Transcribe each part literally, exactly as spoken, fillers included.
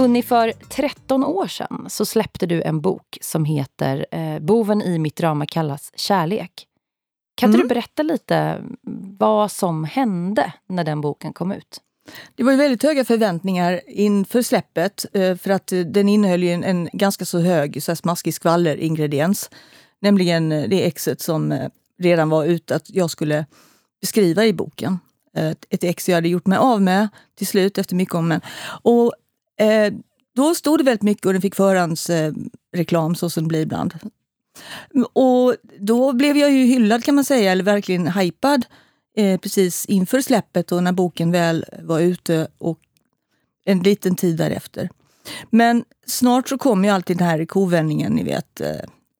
Ungefär tretton år sedan så släppte du en bok som heter eh, Boven i mitt drama kallas kärlek. Kan mm. du berätta lite vad som hände när den boken kom ut? Det var ju väldigt höga förväntningar inför släppet för att den innehöll ju en, en ganska så hög så här smaskig skvaller-ingrediens. Nämligen det exet som redan var ute att jag skulle beskriva i boken. Ett ex jag hade gjort mig av med till slut efter mycket om men. Och eh, då stod det väldigt mycket och den fick förhands eh, reklam så som det blir ibland. Och då blev jag ju hyllad kan man säga, eller verkligen hypad eh, precis inför släppet och när boken väl var ute och en liten tid därefter. Men snart så kommer ju alltid den här kovändningen, ni vet, eh,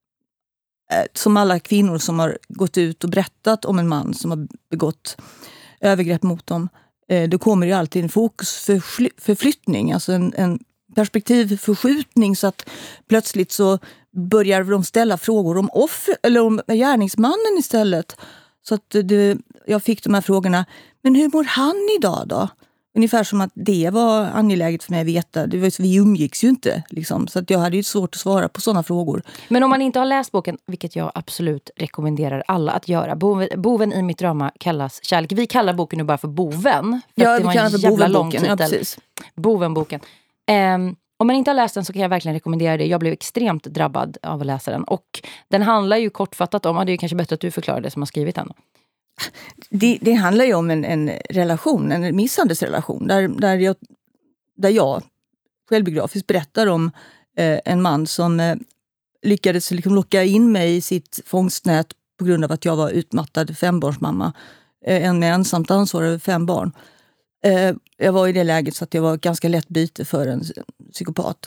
som alla kvinnor som har gått ut och berättat om en man som har begått övergrepp mot dem. Eh, då kommer ju alltid en fokusförflyttning, alltså en, en perspektivförskjutning så att plötsligt så börjar de ställa frågor om offer eller om gärningsmannen istället. Så att det, jag fick de här frågorna. Men hur mår han idag då? Ungefär som att det var angeläget för mig att veta. Det var, så vi umgicks ju inte. Liksom, så att jag hade ju svårt att svara på sådana frågor. Men om man inte har läst boken, vilket jag absolut rekommenderar alla att göra. Boven, boven i mitt drama kallas kärlek. Vi kallar boken nu bara för Boven. För ja, det vi kallar för Bovenboken. Ja, precis. Bovenboken. Um, Om man inte har läst den så kan jag verkligen rekommendera det. Jag blev extremt drabbad av att läsa den. Och den handlar ju kortfattat om, och det är kanske bättre att du förklarar det som har skrivit den. Det, det handlar ju om en, en relation, en misshandelsrelation. Där, där, jag, där jag självbiografiskt berättar om eh, en man som eh, lyckades liksom locka in mig i sitt fångstnät på grund av att jag var utmattad fembarnsmamma. Eh, en med ensamt ansvar över fem barn. Jag var i det läget så att jag var ganska lätt byte för en psykopat.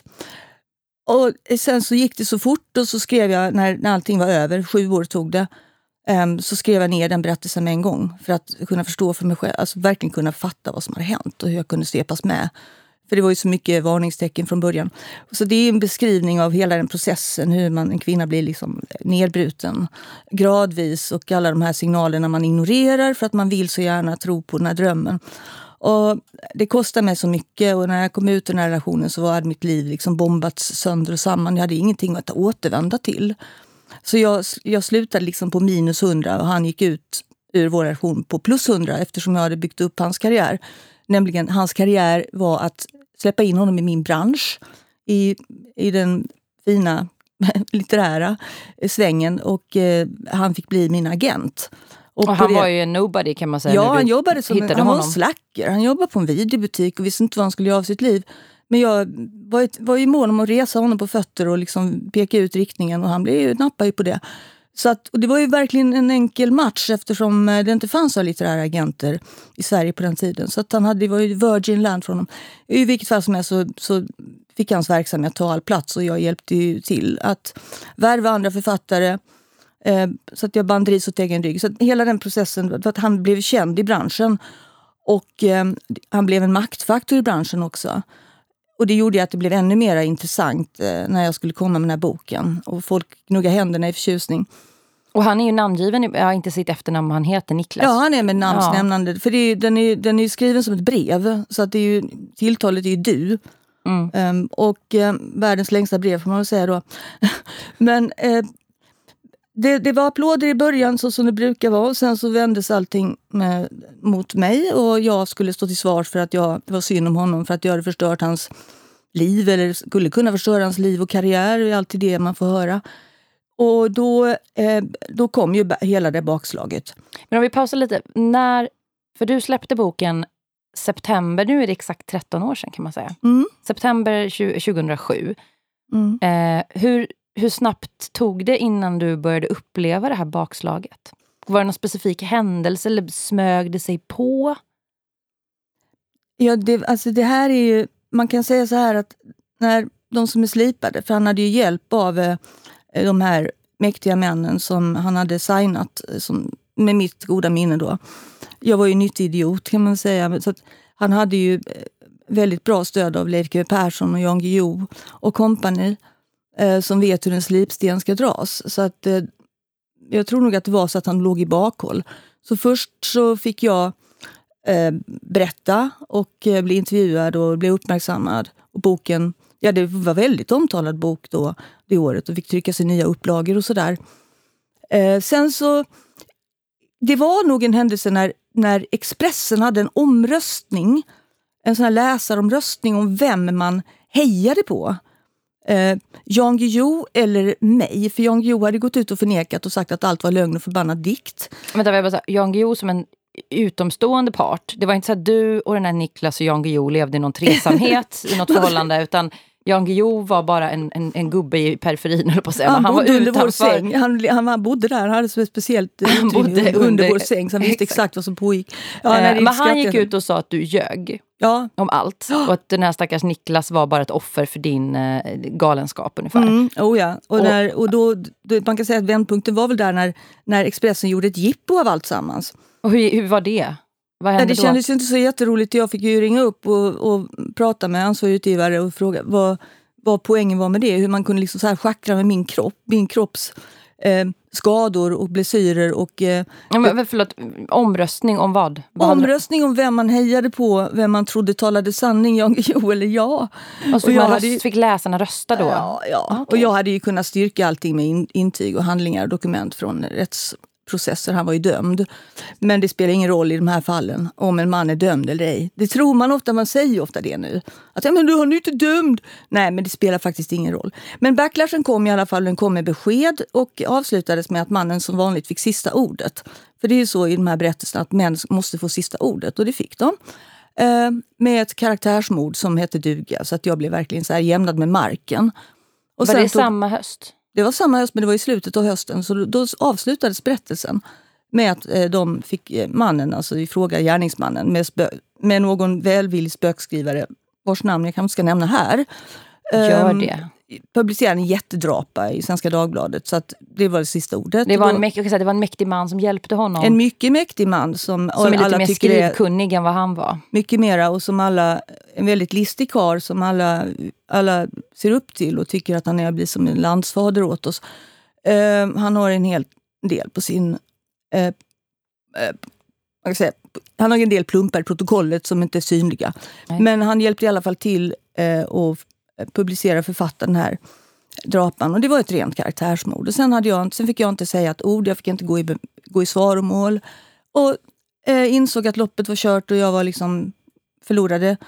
Och sen så gick det så fort och så skrev jag, när, när allting var över, sju år tog det, så skrev jag ner den berättelsen med en gång. För att kunna förstå för mig själv, alltså verkligen kunna fatta vad som hade hänt och hur jag kunde svepas med. För det var ju så mycket varningstecken från början. Så det är en beskrivning av hela den processen, hur man, en kvinna blir liksom nedbruten gradvis och alla de här signalerna man ignorerar för att man vill så gärna tro på den här drömmen. Och det kostade mig så mycket och när jag kom ut ur den här relationen så var mitt liv liksom bombats sönder och samman. Jag hade ingenting att återvända till. Så jag, jag slutade liksom på minus hundra och han gick ut ur vår relation på plus hundra eftersom jag hade byggt upp hans karriär. Nämligen hans karriär var att släppa in honom i min bransch i, i den fina litterära svängen och eh, han fick bli min agent. Och, och han det, var ju en nobody kan man säga. Ja, han jobbade som en, han var en slacker. Han jobbade på en videobutik och visste inte vad han skulle göra av sitt liv. Men jag var, var ju mån om att resa honom på fötter och liksom peka ut riktningen och han blev ju nappade på det. Så att, och det var ju verkligen en enkel match eftersom det inte fanns några litterära agenter i Sverige på den tiden. Så att han hade, det var ju Virgin Land för honom. I vilket fall som helst så, så fick hans verksamhet ta all plats och jag hjälpte ju till att värva andra författare. Så att jag band ris åt egen rygg. Så att hela den processen, för att han blev känd i branschen. Och eh, han blev en maktfaktor i branschen också. Och det gjorde att det blev ännu mer intressant eh, när jag skulle komma med den här boken. Och folk gnuggar händerna i förtjusning. Och han är ju namngiven, jag har inte sitt efternamn, han heter Niklas. Ja, han är med namnsnämnande. Ja. För det är, den, är, den är skriven som ett brev. Så att det är ju, tilltalet är ju du. Mm. Um, och eh, världens längsta brev får man väl säga då. Men... Eh, Det, det var applåder i början så som det brukar vara. Sen så vändes allting med, mot mig. Och jag skulle stå till svars för att jag, det var synd om honom. För att jag hade förstört hans liv. Eller skulle kunna förstöra hans liv och karriär. Det är alltid det man får höra. Och då, eh, då kom ju hela det bakslaget. Men om vi pausar lite. När, för du släppte boken september. Nu är det exakt tretton år sedan kan man säga. Mm. September tjugohundrasju. Mm. Eh, hur... Hur snabbt tog det innan du började uppleva det här bakslaget? Var det någon specifik händelse eller smög det sig på? Ja, det, alltså det här är ju... Man kan säga så här att när de som är slipade, för han hade ju hjälp av eh, de här mäktiga männen som han hade signat som, med mitt goda minne då. Jag var ju nyttig idiot kan man säga. Så att han hade ju väldigt bra stöd av Leif G W Persson och Jan Guillou och kompani. Som vet hur en slipsten ska dras. Så att eh, jag tror nog att det var så att han låg i bakhåll. Så först så fick jag eh, berätta och eh, bli intervjuad och bli uppmärksammad. Och boken, ja det var väldigt omtalad bok då det året och fick tryckas i nya upplagor och sådär. Eh, sen så, det var nog en händelse när, när Expressen hade en omröstning, en sån här läsaromröstning om vem man hejade på. Eh, Jan Guillou eller mig, för Jan Guillou hade gått ut och förnekat och sagt att allt var lögn och förbannad dikt. Men det var bara så, Jan Guillou som en utomstående part, det var inte så att du och den här Niklas och Jan Guillou levde i någon tresamhet i något förhållande, utan Jan Guillou var bara en, en, en gubbe i periferin, eller på att säga. Han, han bodde var under utanför. vår säng. Han, han, han bodde där, han hade så speciellt han bodde under, under vår säng, så han visste exakt. exakt vad som pågick. Ja, eh, nej, men han gick ut och sa att du ljög ja. om allt. Och att den här stackars Niklas var bara ett offer för din eh, galenskap ungefär. Mm, oh ja, och, och, när, och då, då, man kan säga att vändpunkten var väl där när, när Expressen gjorde ett jippo av allt sammans. Och hur, hur var det? Vad hände ja, det då? kändes ju inte så jätteroligt. Jag fick ju ringa upp och, och prata med ansvarig utgivare och fråga vad, vad poängen var med det. Hur man kunde liksom så här schackra med min kropp, min kropps eh, skador och blessyrer. Och, eh, ja, men, förlåt, omröstning om vad? vad omröstning om vem man hejade på, vem man trodde talade sanning, Jan Guillou eller jag. Och så och jag man hade röst, fick läsarna rösta då? Ja, ja. Okay. Och jag hade ju kunnat styrka allting med in, intyg och handlingar och dokument från rättsprocesser. Han var ju dömd. Men det spelar ingen roll i de här fallen om en man är dömd eller ej. Det tror man ofta, man säger ofta det nu. Att ja, men du har ju inte dömd. Nej, men det spelar faktiskt ingen roll. Men backlashen kom i alla fall, den kom med besked och avslutades med att mannen som vanligt fick sista ordet. För det är ju så i de här berättelserna att män måste få sista ordet, och det fick de. Eh, med ett karaktärsmord som hette duga, så att jag blev verkligen så här jämnad med marken. Och var sen det tog, samma höst? Det var samma höst, men det var i slutet av hösten. Så då, då avslutades berättelsen med att eh, de fick eh, mannen, alltså i fråga gärningsmannen, med, spö, med någon välvillig spökskrivare, vars namn jag kanske ska nämna här. Gör um, det. Publicerade en jättedrapa i Svenska Dagbladet, så att det var det sista ordet. Det var, då, en, mäk- det var en mäktig man som hjälpte honom. En mycket mäktig man som, som är lite alla mer tycker är skrivkunnig än vad han var. mycket mera, och som alla, en väldigt listig karl som alla, alla ser upp till och tycker att han är blir som en landsfader åt oss. Uh, han har en hel del på sin uh, uh, man kan säga, han har en del plumpar i protokollet som inte är synliga. Nej. Men han hjälpte i alla fall till uh, att publicera författaren den här drapan, och det var ett rent karaktärsmord. Och sen, hade jag, sen fick jag inte säga ett ord, jag fick inte gå i, gå i svaromål, och eh, insåg att loppet var kört och jag var liksom förlorade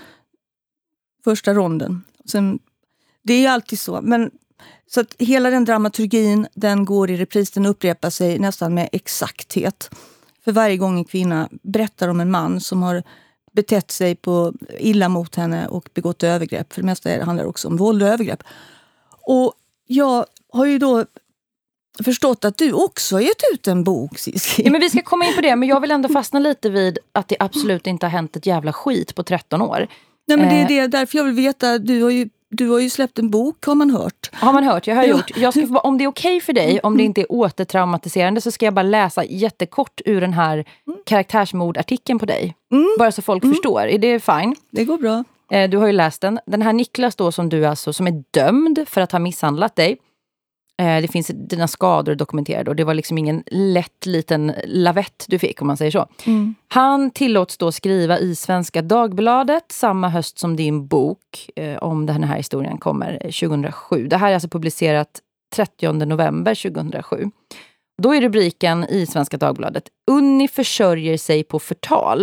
första ronden. Sen, det är alltid så, men så att hela den dramaturgin, den går i repris, den upprepar sig nästan med exakthet. För varje gång en kvinna berättar om en man som har betett sig på illa mot henne och begått övergrepp. För det mesta handlar det också om våld och övergrepp. Och jag har ju då förstått att du också har gett ut en bok, Cissi. Ja, men vi ska komma in på det, men jag vill ändå fastna lite vid att det absolut inte har hänt ett jävla skit på tretton år. Nej, men det är det, därför jag vill veta, du har ju Du har ju släppt en bok, har man hört. Har man hört, jag har ja. gjort. Jag ska, om det är okej för dig, om det inte är återtraumatiserande, så ska jag bara läsa jättekort ur den här mm. karaktärsmordartikeln på dig. Mm. Bara så folk mm. förstår. Är det fine? Det går bra. Eh, du har ju läst den. Den här Niklas då, som du alltså, som är dömd för att ha misshandlat dig. Eh, det finns dina skador dokumenterade, och det var liksom ingen lätt liten lavett du fick, om man säger så. Mm. Han tillåts då skriva i Svenska Dagbladet samma höst som din bok eh, om den här historien kommer tjugohundrasju. Det här är alltså publicerat trettionde november tjugohundrasju. Då är rubriken i Svenska Dagbladet: Unni försörjer sig på förtal.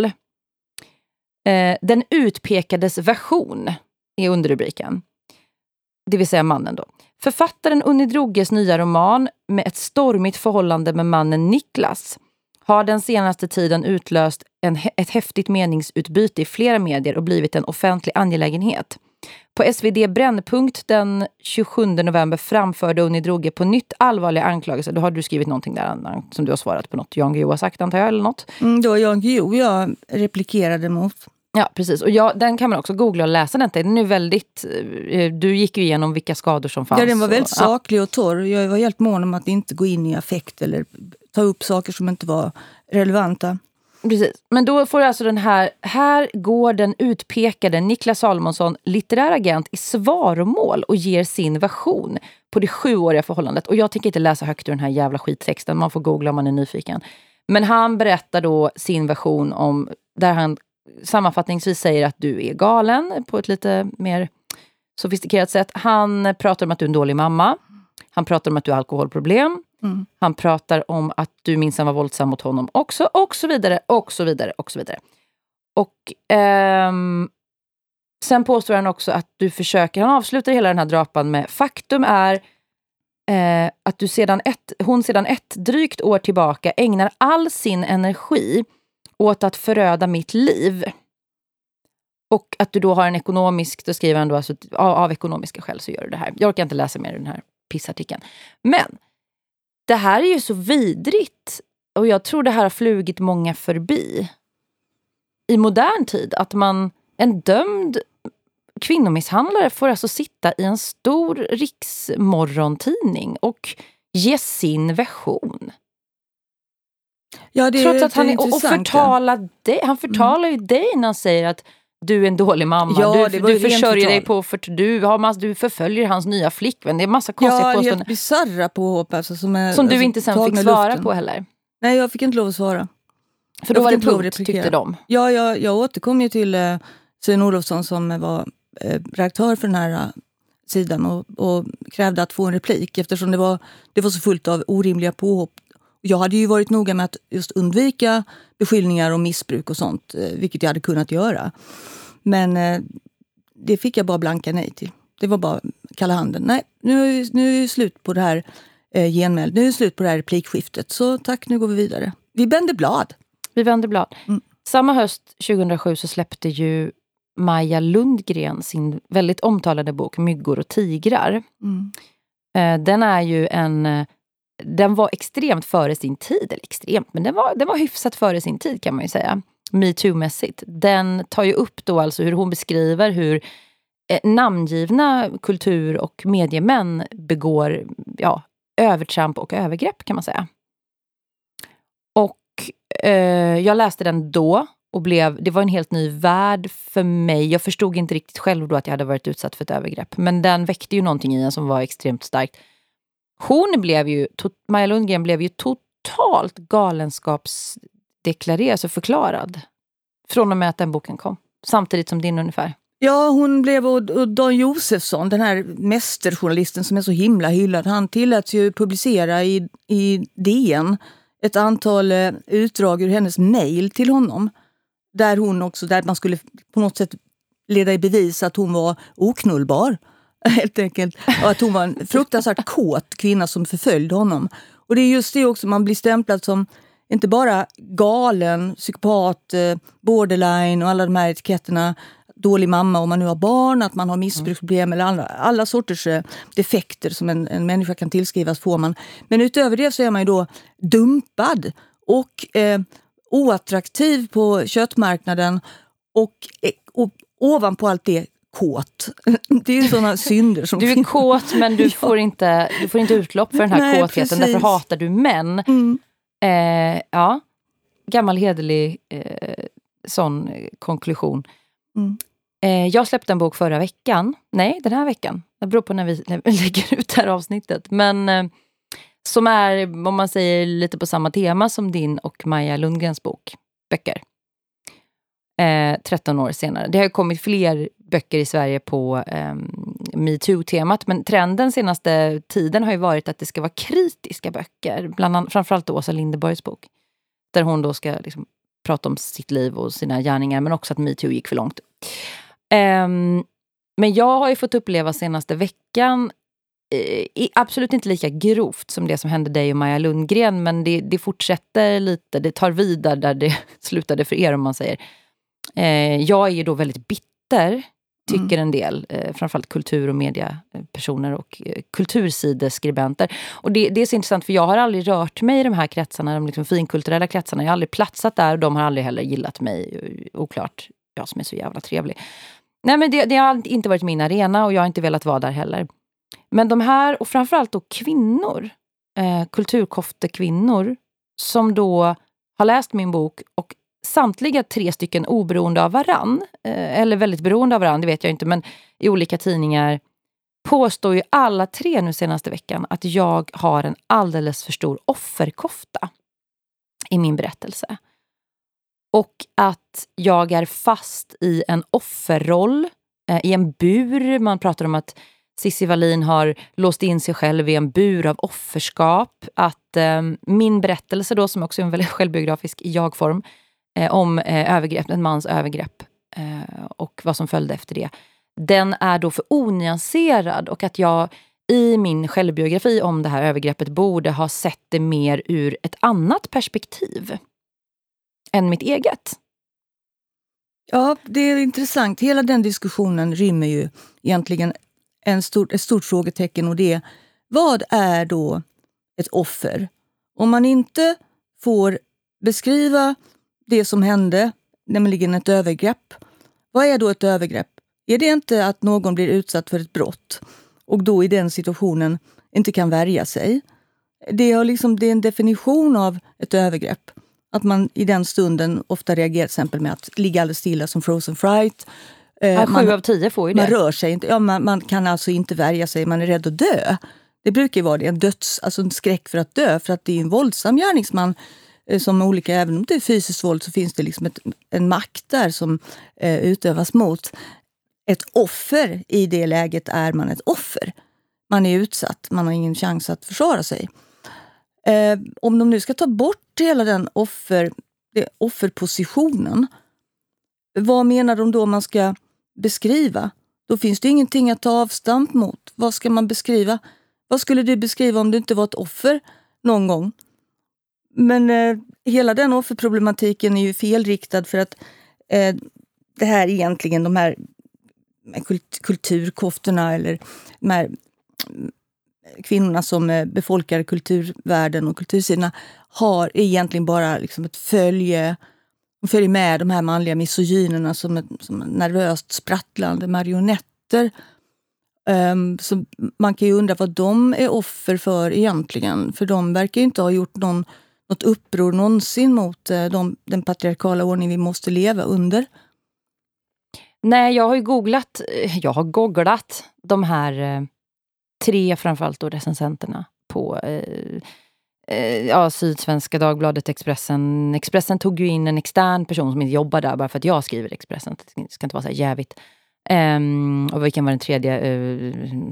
Eh, den utpekades version är underrubriken. Det vill säga mannen då. Författaren Unni Drougges nya roman med ett stormigt förhållande med mannen Niklas har den senaste tiden utlöst en, ett häftigt meningsutbyte i flera medier och blivit en offentlig angelägenhet. På S V D Brännpunkt den tjugosjunde november framförde Unni Drougge på nytt allvarliga anklagelser. Då har du skrivit någonting där, Anna, som du har svarat på något Jan Guillou har sagt, antar jag, eller något? Mm, det var Jan Guillou jag replikerade mot. Ja, precis. Och jag, den kan man också googla och läsa. Den, den är väldigt... Du gick ju igenom vilka skador som fanns. Ja, den var väldigt och, saklig och torr. Jag var helt mån om att inte gå in i affekt eller ta upp saker som inte var relevanta. Precis. Men då får du alltså den här... Här går den utpekade Niklas Salomonsson, litterär agent, i svaromål och ger sin version på det sjuåriga förhållandet. Och jag tänker inte läsa högt ur den här jävla skittexten. Man får googla om man är nyfiken. Men han berättar då sin version om... Där han sammanfattningsvis säger att du är galen på ett lite mer sofistikerat sätt. Han pratar om att du är en dålig mamma. Han pratar om att du har alkoholproblem. Mm. Han pratar om att du minsann var våldsam mot honom också. Och så vidare, och så vidare, och så vidare. Och ehm, sen påstår han också att du försöker, han avslutar hela den här drapan med faktum är eh, att du sedan ett, hon sedan ett drygt år tillbaka ägnar all sin energi åt att föröda mitt liv. Och att du då har en ekonomisk, då skriver han då alltså, av, av ekonomiska skäl så gör du det här. Jag orkar inte läsa mer i den här pissartikeln. Men det här är ju så vidrigt och jag tror det här har flugit många förbi i modern tid, att man, en dömd kvinnomisshandlare får alltså sitta i en stor riksmorgontidning och ge sin version. Ja, det är Trots att han är, och, och intressant, förtalar dig, han förtalar mm. ju dig när han säger att du är en dålig mamma. Ja, du du försörjer dig på för du har mass, du förföljer hans nya flickvän. Det är massa konstiga ja, påståenden. Ja, helt bizarra påhopp alltså, som är, som du alltså, inte sen fick svara luften. På heller. Nej, jag fick inte lov att svara. För då var det punkt, tyckte de. Ja, jag, jag återkom ju till eh, Sven Olofsson som var eh, redaktör för den här eh, sidan och, och krävde att få en replik eftersom det var, det var så fullt av orimliga påhopp. Jag hade ju varit noga med att just undvika beskyllningar om missbruk och sånt, eh, vilket jag hade kunnat göra. Men eh, det fick jag bara blanka nej till. Det var bara kalla handen. Nej, nu, nu är det slut på det här eh, genmäl. Nu är det slut på det här replikskiftet. Så tack, nu går vi vidare. Vi vänder blad. Vi vänder blad. Mm. Samma höst tjugohundrasju så släppte ju Maja Lundgren sin väldigt omtalade bok Myggor och tigrar. Mm. Eh, den är ju en... Den var extremt före sin tid. Eller extremt, men den var, den var hyfsat före sin tid kan man ju säga. MeToo-mässigt. Den tar ju upp då alltså hur hon beskriver hur eh, namngivna kultur- och mediemän begår ja, övertramp och övergrepp kan man säga. Och eh, jag läste den då och blev, det var en helt ny värld för mig. Jag förstod inte riktigt själv då att jag hade varit utsatt för ett övergrepp. Men den väckte ju någonting i en som var extremt starkt. Hon blev ju, to- Maja Lundgren blev ju totalt galenskapsdeklarerad och förklarad. Från och med att den boken kom. Samtidigt som din ungefär. Ja, hon blev, och, och Dan Josefsson, den här mästerjournalisten som är så himla hyllad, han tilläts ju publicera i, i D N ett antal eh, utdrag ur hennes mejl till honom. Där hon också, där man skulle på något sätt leda i bevis att hon var oknullbar. Helt enkelt. Och att hon var en fruktansvärt kåt kvinna som förföljde honom. Och det är just det också, man blir stämplad som inte bara galen, psykopat, borderline och alla de här etiketterna. Dålig mamma om man nu har barn, att man har missbruksproblem eller alla, alla sorters defekter som en, en människa kan tillskrivas får man. Men utöver det så är man ju då dumpad och eh, oattraktiv på köttmarknaden och, och ovanpå allt det kåt. Det är ju sådana synder som du är finns. Kåt men du, ja. får inte, du får inte utlopp för den här Nej, kåtheten. precis. Därför hatar du män. Mm. Eh, ja, gammal hederlig eh, sån konklusion. Mm. Eh, jag släppte en bok förra veckan. Nej, den här veckan. Det beror på när vi, när vi lägger ut det här avsnittet. Men eh, som är, om man säger, lite på samma tema som din och Maja Lundgrens bok. Böcker. Eh, tretton år senare. Det har kommit fler böcker i Sverige på eh, MeToo-temat. Men trenden senaste tiden har ju varit att det ska vara kritiska böcker. Bland annat, framförallt Åsa Linderborgs bok. Där hon då ska liksom prata om sitt liv och sina gärningar. Men också att MeToo gick för långt. Eh, men jag har ju fått uppleva senaste veckan eh, absolut inte lika grovt som det som hände dig och Maja Lundgren. Men det, det fortsätter lite. Det tar vidare där det slutade för er, om man säger. Eh, jag är ju då väldigt bitter, tycker mm. en del, eh, framförallt kultur- och mediepersoner och eh, kultursideskribenter. Och det, det är så intressant, för jag har aldrig rört mig i de här kretsarna, de liksom finkulturella kretsarna. Jag har aldrig platsat där och de har aldrig heller gillat mig. Oklart, jag som är så jävla trevlig. Nej, men det, det har inte varit min arena och jag har inte velat vara där heller. Men de här, och framförallt då kvinnor, eh, kulturkoftekvinnor, som då har läst min bok och samtliga tre stycken oberoende av varann, eh, eller väldigt beroende av varann, det vet jag inte, men i olika tidningar påstår ju alla tre nu senaste veckan att jag har en alldeles för stor offerkofta i min berättelse. Och att jag är fast i en offerroll eh, i en bur. Man pratar om att Cissi Wallin har låst in sig själv i en bur av offerskap. Att eh, min berättelse då, som också är en väldigt självbiografisk jag-form, eh, om eh, övergrepp, en mans övergrepp eh, och vad som följde efter det, den är då för onyanserad, och att jag i min självbiografi om det här övergreppet borde ha sett det mer ur ett annat perspektiv än mitt eget. Ja, det är intressant. Hela den diskussionen rymmer ju egentligen en stor, ett stort frågetecken, och det är: vad är då ett offer? Om man inte får beskriva det som hände, nämligen ett övergrepp, vad är då ett övergrepp? Är det inte att någon blir utsatt för ett brott och då i den situationen inte kan värja sig? Det är, liksom, det är en definition av ett övergrepp. Att man i den stunden ofta reagerar till exempel med att ligga alldeles stilla som frozen fright. Ja, sju av tio får ju det. Man rör sig inte. Ja, man, man kan alltså inte värja sig. Man är rädd att dö. Det brukar ju vara det. En döds, alltså en skräck för att dö. För att det är en våldsam gärningsman som olika, även om det är fysiskt våld, så finns det liksom ett, en makt där som eh, utövas mot. Ett offer i det läget är man ett offer. Man är utsatt. Man har ingen chans att försvara sig. Eh, om de nu ska ta bort hela den offer, det, offerpositionen, vad menar de då man ska beskriva? Då finns det ingenting att ta avstamp mot. Vad ska man beskriva? Vad skulle du beskriva om du inte var ett offer någon gång? Men eh, hela den offerproblematiken är ju felriktad, för att eh, det här egentligen, de här kult- kulturkoftorna eller de här kvinnorna som eh, befolkar kulturvärlden och kultursidorna har egentligen bara liksom ett följe. De följer med de här manliga misogynerna som ett som nervöst sprattlande marionetter. Um, så man kan ju undra vad de är offer för egentligen. För de verkar ju inte ha gjort någon, något uppror någonsin mot uh, de, den patriarkala ordning vi måste leva under. Nej, jag har ju googlat, jag har googlat de här eh, tre framförallt då recensenterna på eh, eh, ja, Sydsvenska, Dagbladet, Expressen. Expressen tog ju in en extern person som inte jobbar där bara för att jag skriver Expressen. Det ska inte vara så här jävigt. Um, och vilken var den tredje? Uh,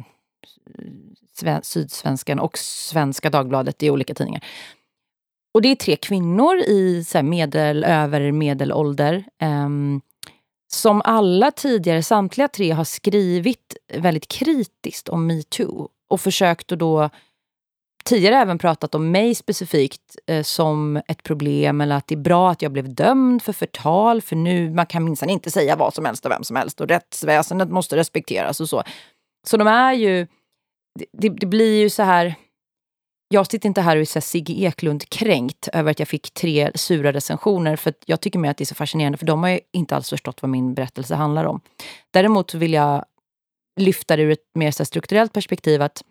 Sydsvenskan och Svenska Dagbladet i olika tidningar. Och det är tre kvinnor i så här medel, över medelålder. Um, som alla tidigare, samtliga tre har skrivit väldigt kritiskt om MeToo. Och försökt att då tidigare även pratat om mig specifikt eh, som ett problem, eller att det är bra att jag blev dömd för förtal, för nu man kan minsann inte säga vad som helst och vem som helst, och rättsväsendet måste respekteras och så. Så de är ju, det, det blir ju så här, jag sitter inte här och är så här Sigge Eklund kränkt över att jag fick tre sura recensioner, för att jag tycker mer att det är så fascinerande, för de har ju inte alls förstått vad min berättelse handlar om. Däremot vill jag lyfta det ur ett mer så här strukturellt perspektiv, att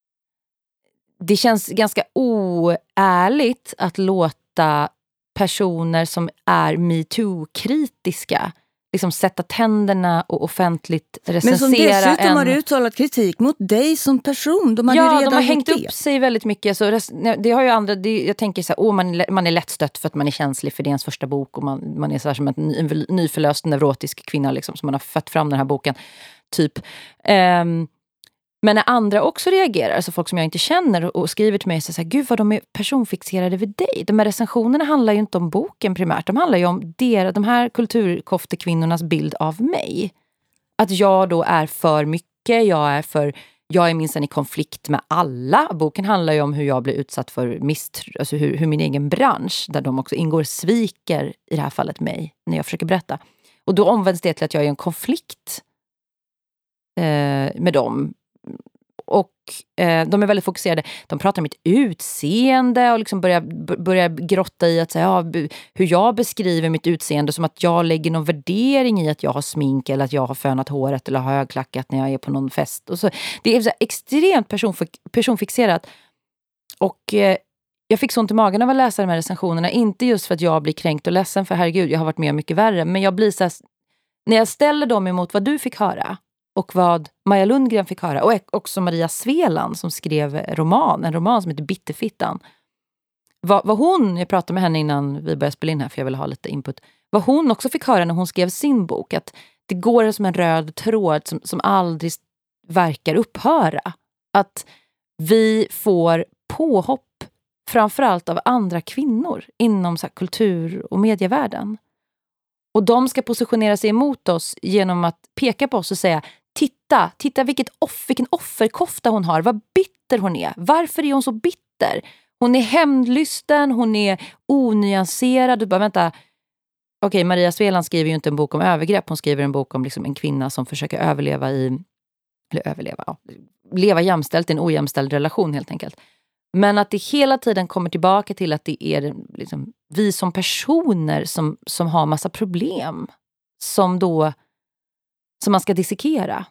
det känns ganska oärligt att låta personer som är MeToo-kritiska liksom sätta tänderna och offentligt recensera. Men som dessutom en... har uttalat kritik mot dig som person. De hade ja, redan de har hängt det. upp sig väldigt mycket. Så res... det har ju andra, det, jag tänker så här, åh, man, man är lättstött för att man är känslig för det ens första bok, och man, man är så här som en, en nyförlöst neurotisk kvinna liksom, som man har fött fram den här boken. Typ. Um, Men när andra också reagerar, alltså folk som jag inte känner, och skriver till mig så här, gud vad de är personfixerade vid dig. De här recensionerna handlar ju inte om boken primärt. De handlar ju om der, de här kulturkoftekvinnornas bild av mig. Att jag då är för mycket, jag är för, jag är minsann i konflikt med alla. Boken handlar ju om hur jag blir utsatt för misstro, alltså hur, hur min egen bransch, där de också ingår, sviker i det här fallet mig när jag försöker berätta. Och då omvänds det till att jag är i en konflikt eh, med dem. Och eh, de är väldigt fokuserade. De pratar om mitt utseende och liksom börjar, börjar grotta i att säga, ja, hur jag beskriver mitt utseende, som att jag lägger någon värdering i att jag har smink eller att jag har fönat håret eller har högklackat när jag är på någon fest. Och så, det är så extremt personf- personfixerat. Och eh, jag fick så ont i magen av att läsa de här recensionerna. Inte just för att jag blir kränkt och ledsen, för herregud, jag har varit med mycket värre. Men jag blir så här, när jag ställer dem emot vad du fick höra och vad Maja Lundgren fick höra, och också Maria Sveland som skrev roman, en roman som heter Bitterfittan. Vad, vad hon, jag pratade med henne innan vi började spela in här för jag ville ha lite input, vad hon också fick höra när hon skrev sin bok, att det går som en röd tråd som, som aldrig verkar upphöra. Att vi får påhopp framförallt av andra kvinnor inom så här, kultur- och medievärlden. Och de ska positionera sig emot oss genom att peka på oss och säga titta, titta vilket off, vilken offerkofta hon har, vad bitter hon är. Varför är hon så bitter? Hon är hämndlysten, hon är onyanserad. Du bara, vänta, okej, Maria Sveland skriver ju inte en bok om övergrepp, hon skriver en bok om liksom en kvinna som försöker överleva i, eller överleva, ja, leva jämställt i en ojämställd relation helt enkelt. Men att det hela tiden kommer tillbaka till att det är liksom vi som personer som, som har massa problem som då som man ska dissekera.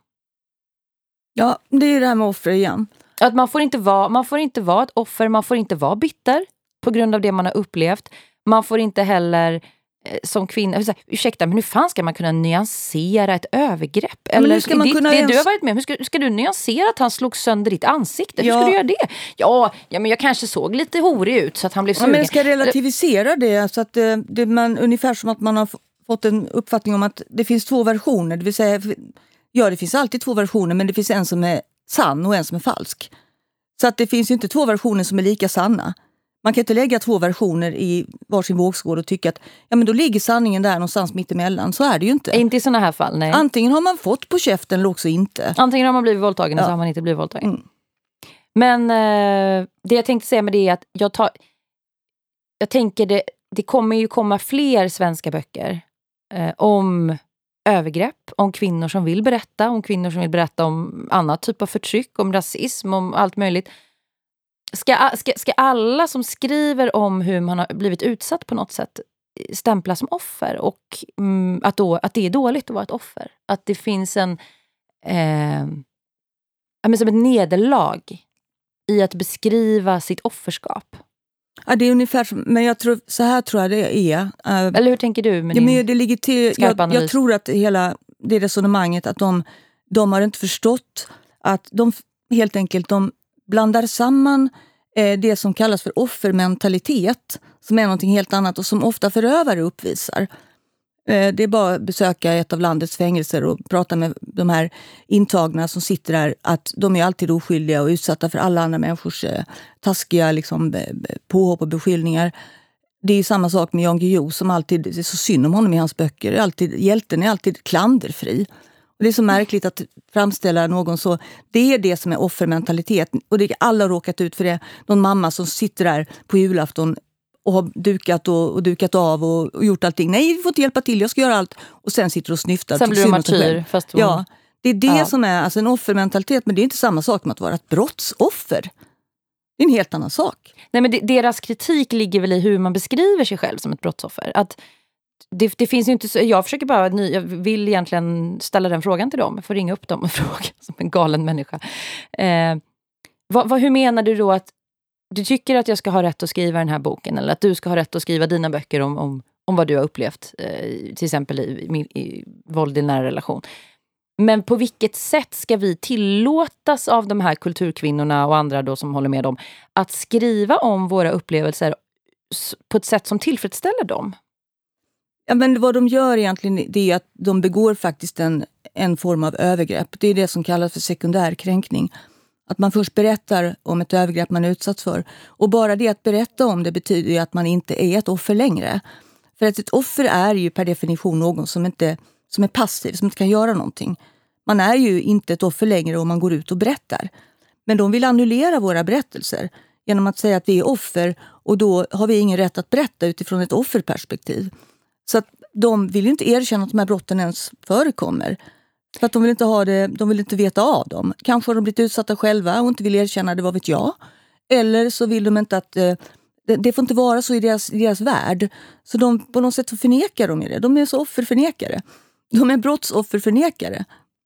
Ja, det är det här med offer igen. Att man får inte vara, man får inte vara ett offer, man får inte vara bitter på grund av det man har upplevt. Man får inte heller eh, som kvinna, säga, ursäkta, men hur fan ska man kunna nyansera ett övergrepp? Eller men hur ska man ditt, kunna det ens... du har varit med, hur ska, hur ska du nyansera att han slog sönder ditt ansikte? Hur ja. ska du göra det? Ja, ja, men jag kanske såg lite horig ut så att han blev sugen. Ja, men ska relativisera det så att det, det man, ungefär som att man har fått en uppfattning om att det finns två versioner, det vill säga, ja, det finns alltid två versioner, men det finns en som är sann och en som är falsk. Så att det finns ju inte två versioner som är lika sanna. Man kan inte lägga två versioner i varsin vågskål och tycka att ja, men då ligger sanningen där någonstans mitt emellan. Så är det ju inte. Inte i såna här fall, nej. Antingen har man fått på käften eller också inte. Antingen har man blivit våldtagen ja. eller så har man inte blivit våldtagen. Mm. Men eh, det jag tänkte säga med det är att jag tar... Jag tänker det, det kommer ju komma fler svenska böcker eh, om övergrepp, om kvinnor som vill berätta, om kvinnor som vill berätta om annat typ av förtryck, om rasism, om allt möjligt. Ska, ska, ska alla som skriver om hur man har blivit utsatt på något sätt stämplas som offer och mm, att, då, att det är dåligt att vara ett offer? Att det finns en eh, men som ett nederlag i att beskriva sitt offerskap. Ja, det är ungefär som, men jag tror, så här tror jag det är. Uh, Eller hur tänker du med ja, din men det ligger till, jag, jag tror att hela det resonemanget att de, de har inte förstått att de helt enkelt de blandar samman eh, det som kallas för offermentalitet som är någonting helt annat och som ofta förövare uppvisar. Eh, det är bara att besöka ett av landets fängelser och prata med de här intagna som sitter där att de är alltid oskyldiga och utsatta för alla andra människors eh, taskiga liksom, påhopp och beskyllningar. Det är ju samma sak med Jan Guillou som alltid, det är så synd om honom i hans böcker, är alltid, hjälten är alltid klanderfri. Och det är så märkligt att framställa någon så, det är det som är offermentalitet och det är alla har råkat ut för det. Någon mamma som sitter där på julafton och har dukat och, och dukat av och, och gjort allting. Nej, vi får inte hjälpa till, jag ska göra allt. Och sen sitter och snyftar. Sen blir du martyr. Fast hon... Ja, det är det ja. som är alltså en offermentalitet, men det är inte samma sak med att vara ett brottsoffer. Det är en helt annan sak. Nej, men deras kritik ligger väl i hur man beskriver sig själv som ett brottsoffer. Att det, det finns ju inte så, jag försöker bara, jag vill egentligen ställa den frågan till dem. Jag får ringa upp dem och fråga som en galen människa. Eh, vad, vad, hur menar du då att du tycker att jag ska ha rätt att skriva den här boken eller att du ska ha rätt att skriva dina böcker om, om, om vad du har upplevt eh, till exempel i, i, i våld i nära relation. Men på vilket sätt ska vi tillåtas av de här kulturkvinnorna och andra då som håller med dem att skriva om våra upplevelser på ett sätt som tillfredsställer dem? Ja, men vad de gör egentligen det är att de begår faktiskt en, en form av övergrepp. Det är det som kallas för sekundärkränkning. Att man först berättar om ett övergrepp man är utsatt för. Och bara det att berätta om det betyder ju att man inte är ett offer längre. För att ett offer är ju per definition någon som, inte, som är passiv, som inte kan göra någonting. Man är ju inte ett offer längre om man går ut och berättar. Men de vill annullera våra berättelser genom att säga att vi är offer och då har vi ingen rätt att berätta utifrån ett offerperspektiv. Så att de vill ju inte erkänna att de här brotten ens förekommer. För att de vill inte ha det, de vill inte veta av dem. Kanske har de blivit utsatta själva och inte vill erkänna det, vad vet jag. Eller så vill de inte att eh, det, det får inte vara så i deras, i deras värld. Så de, på något sätt förnekar de det. De är så offerförnekare. De är brottsofferförnekare.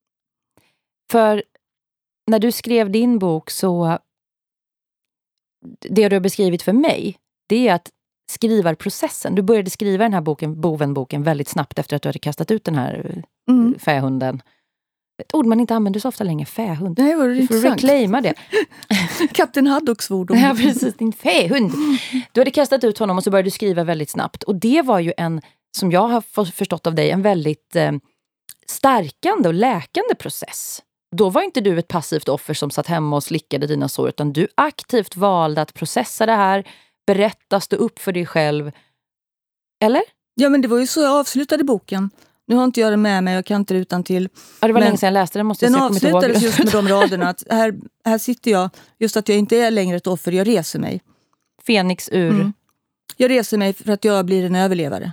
För när du skrev din bok så det du har beskrivit för mig, det är att skrivarprocessen, du började skriva den här boken, Boven-boken väldigt snabbt efter att du hade kastat ut den här mm. fähunden. Ett ord man inte använder så ofta längre, fähund. Nej, var det du får reclaima det. Katten Haddock-svord. Ja, precis, din fähund. Du hade kastat ut honom och så började du skriva väldigt snabbt. Och det var ju en, som jag har förstått av dig, en väldigt eh, stärkande och läkande process. Då var inte du ett passivt offer som satt hemma och slickade dina sår, utan du aktivt valde att processa det här, berätta, stå upp för dig själv. Eller? Ja, men det var ju så jag avslutade boken. Nu har inte jag det med mig, jag kan inte det utan till. Ja, det var länge sedan jag läste den, måste jag den säga. Den avslutades just med de raderna att här, här sitter jag, just att jag inte är längre ett offer, jag reser mig. Fenix ur... Mm. Jag reser mig för att jag blir en överlevare.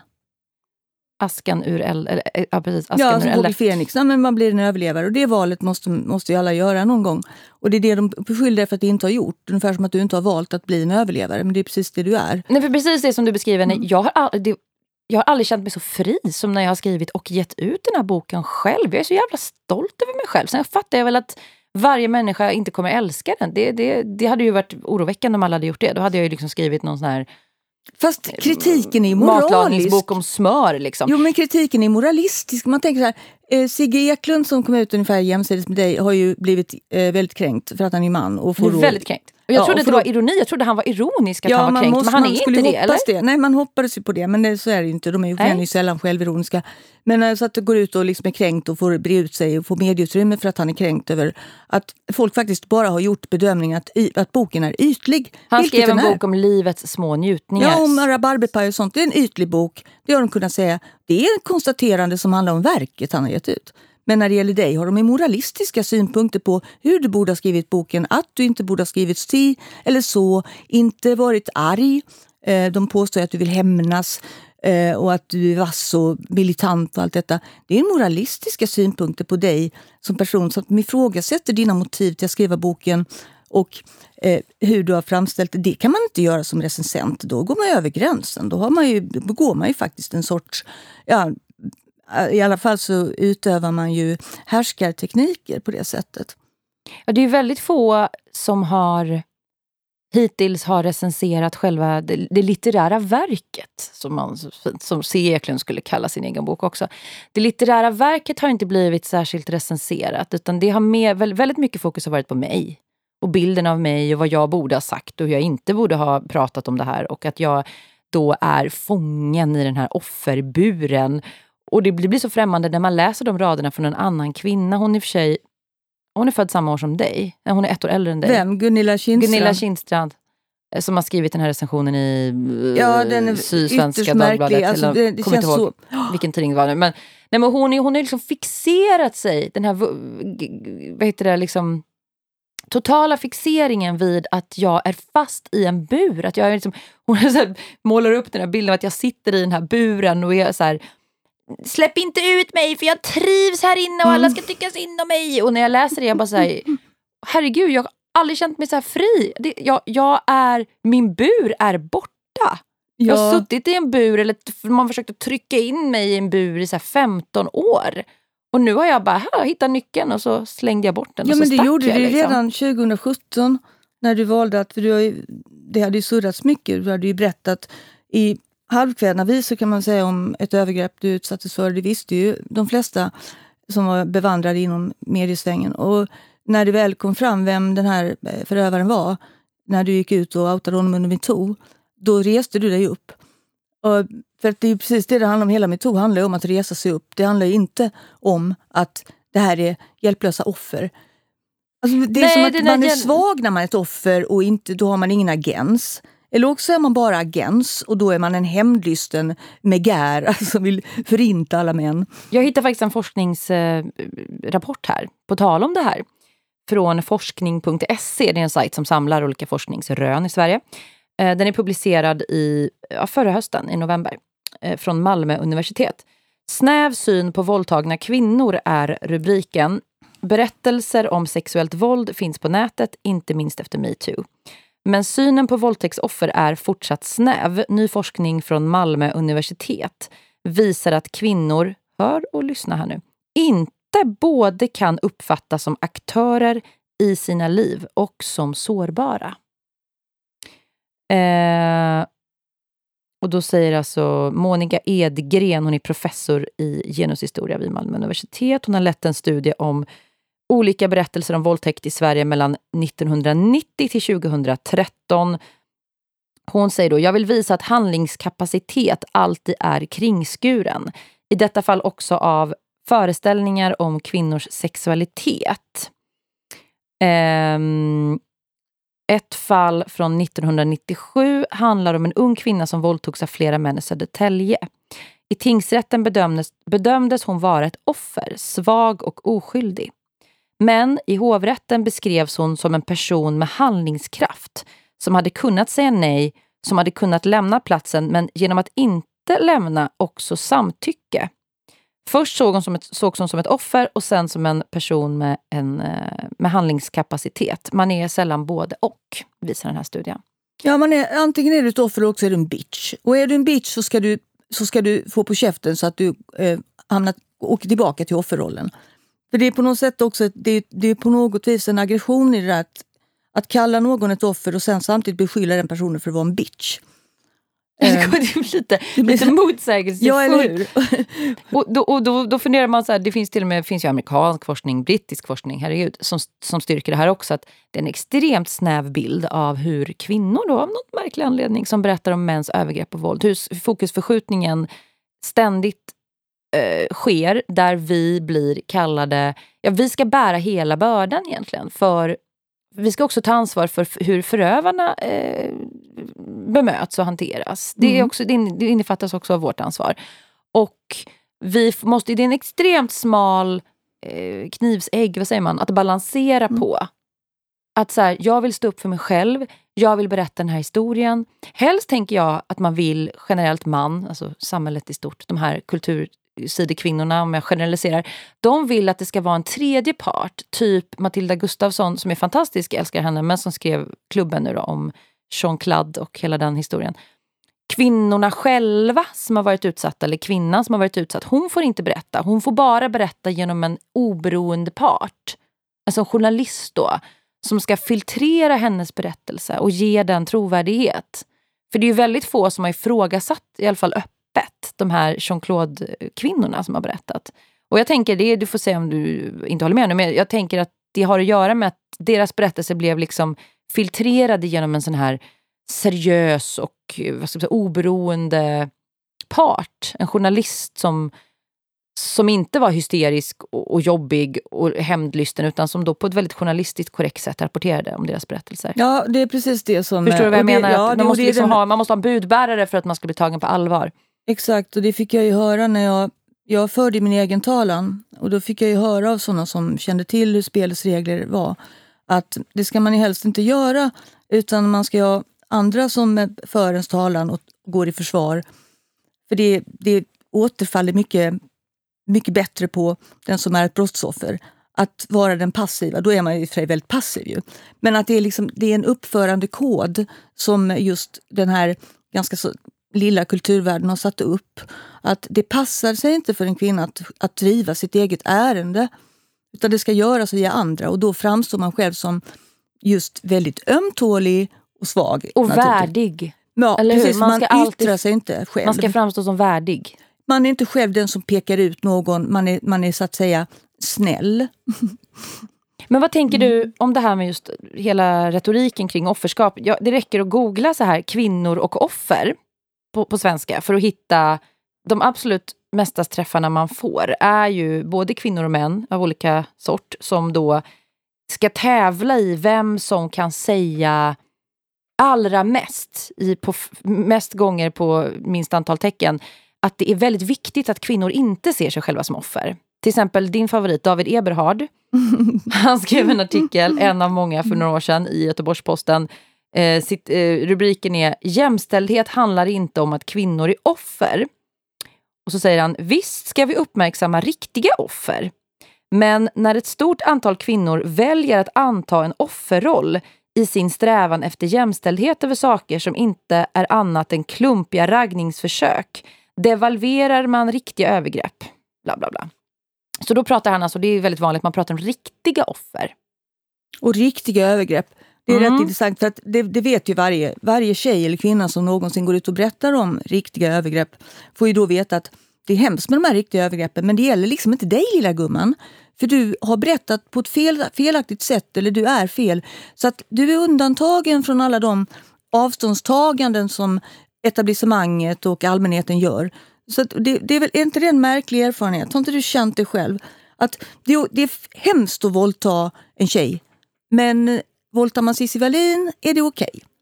Askan ur eld, eller, ja, precis, askan ja, ur som fågel Fenix. Ja, men man blir en överlevare. Och det valet måste, måste ju alla göra någon gång. Och det är det de beskyller för att de inte har gjort. Ungefär som att du inte har valt att bli en överlevare. Men det är precis det du är. Nej, för precis det som du beskriver. Mm. Jag, har all, det, jag har aldrig känt mig så fri som när jag har skrivit och gett ut den här boken själv. Jag är så jävla stolt över mig själv. Sen fattar jag väl att varje människa inte kommer älska den. Det, det, det hade ju varit oroväckande om alla hade gjort det. Då hade jag ju liksom skrivit någon sån här... Fast kritiken är moralisk. Matlagningsbok om smör liksom. Jo, men kritiken är moralistisk. Man tänker så här, eh, Sigge Eklund som kom ut ungefär jämsides med dig har ju blivit eh, väldigt kränkt för att han är man. Och får väldigt kränkt. Och jag ja, trodde och det var ironi. Jag trodde han var ironisk att ja, han var kränkt. Måste, men han är inte det, eller? Det. Nej, man hoppades ju på det. Men det, så är det ju inte. De är ju, är ju sällan självironiska. Men så att det går ut och liksom är kränkt och får bre ut sig och får medieutrymme för att han är kränkt över att folk faktiskt bara har gjort bedömningen att, att boken är ytlig. Han skrev en bok om livets små njutningar. Ja, om rabarberpaj och sånt. Det är en ytlig bok. Det har de kunnat säga. Det är ett konstaterande som handlar om verket han har gett ut. Men när det gäller dig har de moralistiska synpunkter på hur du borde ha skrivit boken, att du inte borde ha skrivit si eller så, inte varit arg. De påstår att du vill hämnas och att du är vass och militant och allt detta. Det är moralistiska synpunkter på dig som person som ifrågasätter dina motiv till att skriva boken och hur du har framställt det. Det kan man inte göra som recensent. Då går man över gränsen. Då har man ju, begår man ju faktiskt en sorts... Ja, i alla fall så utövar man ju härskartekniker på det sättet. Ja, det är väldigt få som har hittills har recenserat själva det, det litterära verket som man som C. Eklund skulle kalla sin egen bok också. Det litterära verket har inte blivit särskilt recenserat, utan det har mer, väldigt mycket fokus har varit på mig och bilden av mig och vad jag borde ha sagt och hur jag inte borde ha pratat om det här, och att jag då är fången i den här offerburen. Och det blir så främmande när man läser de raderna från en annan kvinna. Hon är för sig, hon är född samma år som dig. Hon är ett år äldre än dig. Vem? Gunilla Kindstrand? Gunilla Kindstrand. Som har skrivit den här recensionen i ja, den är Sydsvenska Dagbladet. Alltså, det, det kommer inte ihåg så... vilken tidning det var nu. Men, nej, men hon har hon är liksom fixerat sig. Den här, vad heter det, liksom... totala fixeringen vid att jag är fast i en bur. Att jag är liksom, hon så här, målar upp den här bilden av att jag sitter i den här buren och är så här... Släpp inte ut mig för jag trivs här inne och alla ska tycka synd om mig. Och när jag läser det jag bara säger, herregud, jag har aldrig känt mig så här fri. Det, jag, jag är, min bur är borta. Ja. Jag har suttit i en bur, eller man försökte trycka in mig i en bur i så här femton år. Och nu har jag bara här, hittat nyckeln och så slängde jag bort den. Ja, och så men det stack gjorde jag, du liksom. redan tjugohundrasjutton när du valde att, för du har ju, det hade ju surrats mycket. Du hade ju berättat i halvkvädna visor kan man säga om ett övergrepp du utsattes för. Det visste ju de flesta som var bevandrade inom mediesvängen. Och när det väl kom fram vem den här förövaren var, när du gick ut och outade honom under MeToo, då reste du dig upp. Och för att det är precis det det handlar om. Hela MeToo handlar om att resa sig upp. Det handlar inte om att det här är hjälplösa offer. Alltså det är Nej, som att man är svag när man är ett offer och inte, då har man ingen agens. Eller också är man bara agens och då är man en hämndlysten megär alltså, som vill förinta alla män. Jag hittade faktiskt en forskningsrapport här på tal om det här. Från forskning punkt se, det är en sajt som samlar olika forskningsrön i Sverige. Den är publicerad i ja, förra hösten, i november, från Malmö universitet. Snäv syn på våldtagna kvinnor är rubriken. Berättelser om sexuellt våld finns på nätet, inte minst efter MeToo. Men synen på våldtäktsoffer är fortsatt snäv. Ny forskning från Malmö universitet visar att kvinnor, hör och lyssna här nu, inte både kan uppfattas som aktörer i sina liv och som sårbara. Eh, och då säger alltså Monica Edgren, hon är professor i genushistoria vid Malmö universitet. Hon har lett en studie om olika berättelser om våldtäkt i Sverige mellan nittonhundranittio till tjugohundratretton. Hon säger då, jag vill visa att handlingskapacitet alltid är kringskuren. I detta fall också av föreställningar om kvinnors sexualitet. Um, ett fall från nittonhundranittiosju handlar om en ung kvinna som våldtogs av flera män i Södertälje. I tingsrätten bedömdes, bedömdes hon vara ett offer, svag och oskyldig. Men i hovrätten beskrevs hon som en person med handlingskraft som hade kunnat säga nej, som hade kunnat lämna platsen men genom att inte lämna också samtycke. Först såg hon som ett, sågs hon som ett offer och sen som en person med, en, med handlingskapacitet. Man är sällan både och, visar den här studien. Ja, man är, antingen är du ett offer eller också är du en bitch. Och är du en bitch så ska du, så ska du få på käften så att du eh, hamnar, åker tillbaka till offerrollen. För det är på något sätt också, det, det är på något vis en aggression i det där att, att kalla någon ett offer och sen samtidigt beskylla den personen för att vara en bitch. Det är lite, lite motsägelsefull. Ja, eller hur? och då, och då, då funderar man så här, det finns till och med finns ju amerikansk forskning, brittisk forskning, herregud, som, som styrker det här också, att det är en extremt snäv bild av hur kvinnor då, av något märklig anledning, som berättar om mäns övergrepp och våld. Hur fokusförskjutningen ständigt eh, sker där vi blir kallade, ja, vi ska bära hela bördan egentligen, för vi ska också ta ansvar för hur förövarna eh, bemöts och hanteras. Det, är också, det innefattas också av vårt ansvar. Och vi måste, det är en extremt smal eh, knivsägg, vad säger man, att balansera mm. på. Att så här, jag vill stå upp för mig själv, jag vill berätta den här historien. Helst tänker jag att man vill generellt man, alltså samhället i stort, de här kultursidekvinnorna, om jag generaliserar, de vill att det ska vara en tredje part, typ Matilda Gustafsson som är fantastisk, jag älskar henne, men som skrev Klubben nu då, om Jean Claude och hela den historien. Kvinnorna själva som har varit utsatta, eller kvinnan som har varit utsatt, hon får inte berätta. Hon får bara berätta genom en oberoende part. Alltså en journalist då, som ska filtrera hennes berättelse och ge den trovärdighet. För det är ju väldigt få som har ifrågasatt, i alla fall öppet, de här Jean-Claude-kvinnorna som har berättat. Och jag tänker, det du får säga om du inte håller med nu, men jag tänker att det har att göra med att deras berättelse blev liksom filtrerade genom en sån här seriös och vad ska jag säga, oberoende part. En journalist som, som inte var hysterisk och, och jobbig och hämndlysten, utan som då på ett väldigt journalistiskt korrekt sätt rapporterade om deras berättelser. Ja, det är precis det som... Förstår du vad jag det, menar? ja, man, det, måste det, liksom det, ha, man måste ha en budbärare för att man ska bli tagen på allvar. Exakt, och det fick jag ju höra när jag, jag förde min egen talan. Och då fick jag ju höra av sådana som kände till hur spelets regler var. Att det ska man ju helst inte göra, utan man ska ha andra som för ens talan och går i försvar. För det, det återfaller mycket, mycket bättre på den som är ett brottsoffer. Att vara den passiva, då är man ju väldigt passiv ju. Men att det är, liksom, det är en uppförande kod som just den här ganska så lilla kulturvärlden har satt upp. Att det passar sig inte för en kvinna att, att driva sitt eget ärende. Utan det ska göras via andra. Och då framstår man själv som just väldigt ömtålig och svag. Och värdig. Ja, eller precis. Hur? Man, man ska man alltid, yttrar sig inte själv. Man ska framstå som värdig. Man är inte själv den som pekar ut någon. Man är, man är så att säga snäll. Men vad tänker du om det här med just hela retoriken kring offerskap? Ja, det räcker att googla så här kvinnor och offer på, på svenska för att hitta de absolut mesta träffarna man får. Är ju både kvinnor och män av olika sort som då ska tävla i vem som kan säga allra mest, i på mest gånger på minst antal tecken, att det är väldigt viktigt att kvinnor inte ser sig själva som offer. Till exempel din favorit David Eberhard. Han skrev en artikel, en av många för några år sedan i Göteborgs-Posten. Eh, sitt, eh, rubriken är "Jämställdhet handlar inte om att kvinnor är offer". Och så säger han: "Visst ska vi uppmärksamma riktiga offer. Men när ett stort antal kvinnor väljer att anta en offerroll i sin strävan efter jämställdhet över saker som inte är annat än klumpiga raggningsförsök, devalverar man riktiga övergrepp." Bla bla bla. Så då pratar han alltså, det är väldigt vanligt, man pratar om riktiga offer. Och riktiga övergrepp. Det är mm. rätt intressant för att det, det vet ju varje, varje tjej eller kvinna som någonsin går ut och berättar om riktiga övergrepp får ju då veta att det är hemskt med de här riktiga övergreppen, men det gäller liksom inte dig, lilla gumman. För du har berättat på ett fel, felaktigt sätt, eller du är fel. Så att du är undantagen från alla de avståndstaganden som etablissemanget och allmänheten gör. Så att det, det är väl är inte det en märklig erfarenhet? Har inte du känt det själv? Att det, det är hemskt att våldta en tjej. Men våldtar man Cissi Wallin är det okej? Okay?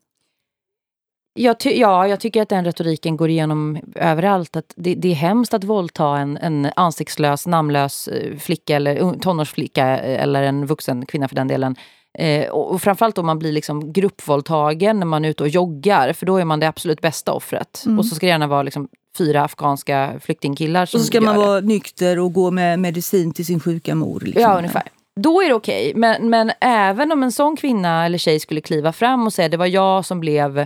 Jag ty- ja, jag tycker att den retoriken går igenom överallt. Att det, det är hemskt att våldta en, en ansiktslös, namnlös flicka eller tonårsflicka eller en vuxen kvinna för den delen. Eh, och, och framförallt om man blir liksom gruppvåldtagen när man är ute och joggar. För då är man det absolut bästa offret. Mm. Och så ska det gärna vara liksom fyra afghanska flyktingkillar som och så ska man gör vara det. Nykter och gå med medicin till sin sjuka mor. Liksom. Ja, ungefär. Då är det okej. Men, men även om en sån kvinna eller tjej skulle kliva fram och säga det var jag som blev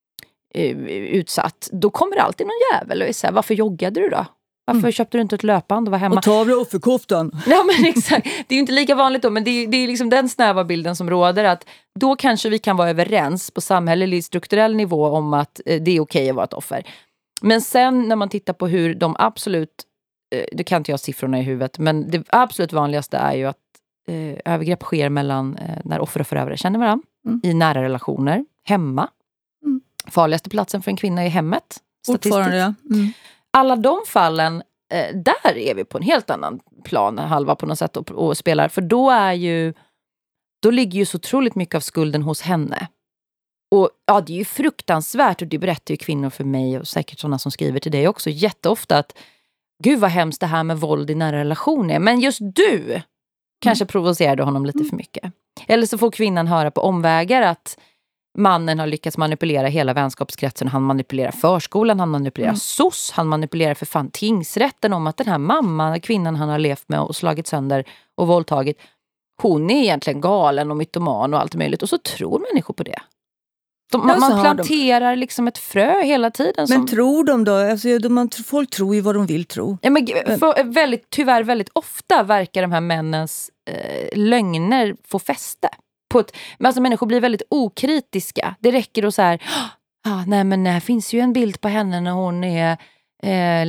utsatt, då kommer det alltid någon jävel och säger, varför joggade du då? Varför mm. köpte du inte ett löpband och var hemma? Och tar du offerkoftan? Ja, men exakt. Det är ju inte lika vanligt då, men det är, det är liksom den snäva bilden som råder, att då kanske vi kan vara överens på samhällelig strukturell nivå om att eh, det är okej att vara ett offer. Men sen när man tittar på hur de absolut, eh, det kan inte jag ha siffrorna i huvudet, men det absolut vanligaste är ju att eh, övergrepp sker mellan eh, när offer och förövare känner varandra, mm. i nära relationer, hemma. Mm. Farligaste platsen för en kvinna är hemmet. Fortfarande, ja. Mm. Alla de fallen, eh, där är vi på en helt annan plan, halva på något sätt, och, och spelar. För då är ju, då ligger ju så otroligt mycket av skulden hos henne. Och ja, det är ju fruktansvärt, och det berättar ju kvinnor för mig och säkert sådana som skriver till dig också jätteofta, att gud vad hemskt det här med våld i nära relationer. Men just du mm. kanske provocerade honom lite mm. för mycket. Eller så får kvinnan höra på omvägar att mannen har lyckats manipulera hela vänskapskretsen. Han manipulerar förskolan, han manipulerar mm. S O S, han manipulerar för fan tingsrätten om att den här mamman, kvinnan han har levt med och slagit sönder och våldtagit, hon är egentligen galen och mytoman och allt möjligt. Och så tror människor på det. De, man, man planterar de... liksom ett frö hela tiden. Som... Men tror de då? Alltså, de, folk tror ju vad de vill tro. Ja, men för, väldigt, tyvärr väldigt ofta verkar de här männens eh, lögner få fäste. På ett, men alltså människor blir väldigt okritiska. Det räcker då så här, ah, nej men det finns ju en bild på henne när hon är eh,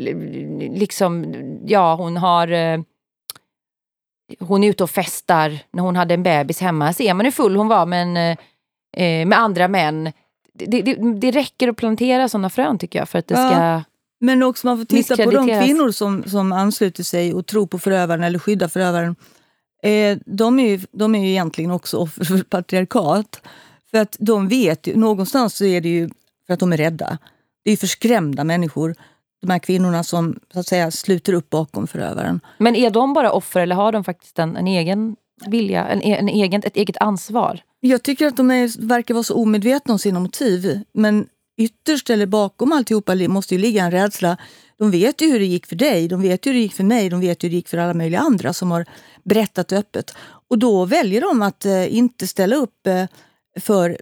liksom, ja hon har eh, hon är ute och festar när hon hade en bebis hemma. Ser man hur full hon var men, eh, med andra män. Det, det, det räcker att plantera sådana frön tycker jag för att det ska... Ja. Men också man får titta på de kvinnor som, som ansluter sig och tror på förövaren eller skyddar förövaren. Eh, de, är ju, de är ju egentligen också offer för patriarkat. För att de vet ju, någonstans så är det ju för att de är rädda. Det är ju förskrämda människor, de här kvinnorna som så att säga sluter upp bakom förövaren. Men är de bara offer eller har de faktiskt en, en egen vilja, en, en egen, ett eget ansvar? Jag tycker att de är, verkar vara så omedvetna om sina motiv. Men ytterst eller bakom alltihopa måste ju ligga en rädsla. De vet ju hur det gick för dig, de vet ju hur det gick för mig, de vet ju hur det gick för alla möjliga andra som har berättat öppet. Och då väljer de att eh, inte ställa upp eh, för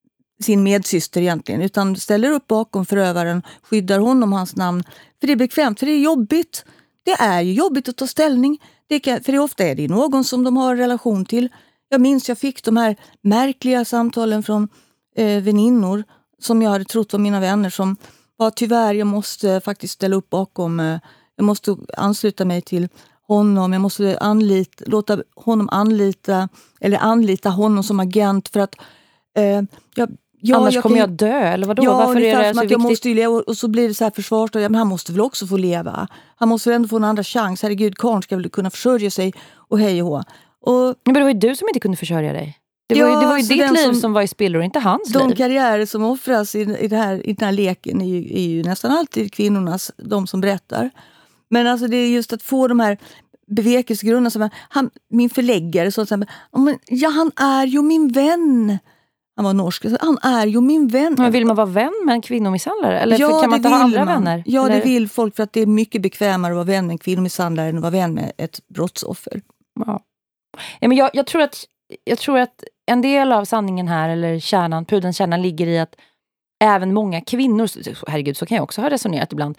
sin medsyster egentligen, utan ställer upp bakom förövaren, skyddar honom, hans namn. För det är bekvämt, för det är jobbigt. Det är ju jobbigt att ta ställning. Det kan, för det ofta är det någon som de har relation till. Jag minns jag fick de här märkliga samtalen från eh, väninnor som jag hade trott var mina vänner som var tyvärr, jag måste faktiskt ställa upp bakom, eh, jag måste ansluta mig till honom, jag måste anlita, låta honom anlita eller anlita honom som agent för att eh, jag Ja, annars jag kommer kan, jag dö, eller vadå? Ja, varför är det så att viktigt? Jag måste ju leva, och så blir det så här försvarsdag. Ja, men han måste väl också få leva. Han måste väl ändå få en andra chans. Herregud, karln ska väl kunna försörja sig och hej och hå. Och, men det var ju du som inte kunde försörja dig. Det var ja, ju, det var ju ditt liv som, som var i spillror, inte hans de liv. De karriärer som offras i, i, det här, i den här leken är ju, är ju nästan alltid kvinnornas, de som berättar. Men alltså det är just att få de här bevekelsegrunderna som han, min förläggare så att säga, ja han är ju min vän. Han var norsk. Han är ju min vän. Men vill man vara vän med en kvinnomisshandlare? Eller ja, kan man inte ha andra man. vänner? Ja, eller? Det vill folk för att det är mycket bekvämare att vara vän med en kvinnomisshandlare än att vara vän med ett brottsoffer. Ja. Ja, men jag, jag, tror att, jag tror att en del av sanningen här, eller kärnan, pudelns kärnan ligger i att även många kvinnor, herregud så kan jag också ha resonerat ibland,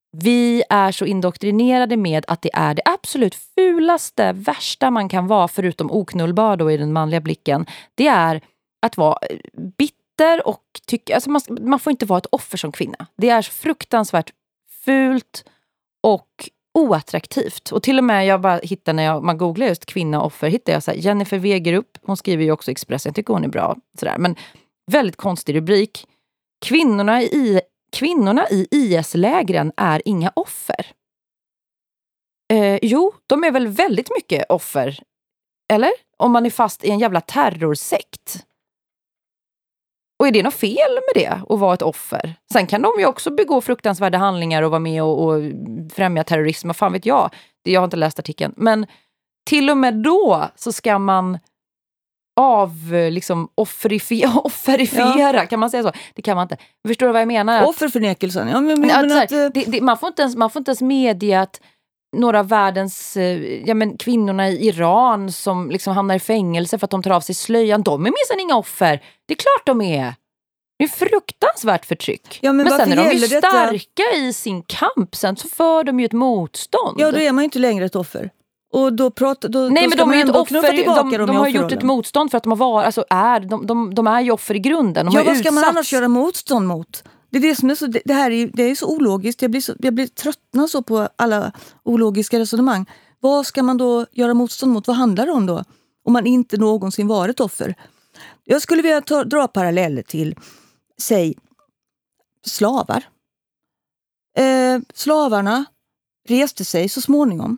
vi är så indoktrinerade med att det är det absolut fulaste, värsta man kan vara, förutom oknullbar då i den manliga blicken, det är att vara bitter och tycka, alltså man, man får inte vara ett offer som kvinna. Det är så fruktansvärt fult och oattraktivt. Och till och med jag bara hittar när jag, man googlar just kvinna och offer, hittar jag så här, Jennifer Wegerup, hon skriver ju också Expressen, jag tycker hon är bra sådär, men väldigt konstig rubrik. Kvinnorna i kvinnorna i I S-lägren är inga offer. Eh, jo, de är väl väldigt mycket offer. Eller? Om man är fast i en jävla terrorsekt. Och är det något fel med det, att vara ett offer? Sen kan de ju också begå fruktansvärda handlingar och vara med och, och främja terrorism. Och fan vet jag. Jag har inte läst artikeln. Men till och med då så ska man av liksom offerifiera, offerifiera ja. Kan man säga så? Det kan man inte. Förstår du vad jag menar? Offerförnekelsen. Ja, men, men, att, men här, att, det, det, man, får inte ens, man får inte ens medge att några av världens ja, men, kvinnorna i Iran som liksom hamnar i fängelse för att de tar av sig slöjan, de är minsann inga offer. Det är klart de är. Det är fruktansvärt förtryck. Ja, men men sen är de ju starka detta? I sin kamp. Sen så för de ju ett motstånd. Ja, då är man ju inte längre ett offer. Och då pratar, då, Nej, då men de är ju inte offer. De, de, de har gjort ett motstånd för att de har varit, alltså är, de, de, de är ju offer i grunden. De ja, är vad utsatt. ska man annars göra motstånd mot? Det är det som är så, det, det här är, det är så ologiskt. Jag blir, så, jag blir tröttna så på alla ologiska resonemang. Vad ska man då göra motstånd mot? Vad handlar det om då? Om man inte någonsin varit offer. Jag skulle vilja ta, dra paralleller till, säg, slavar. Eh, slavarna reste sig så småningom.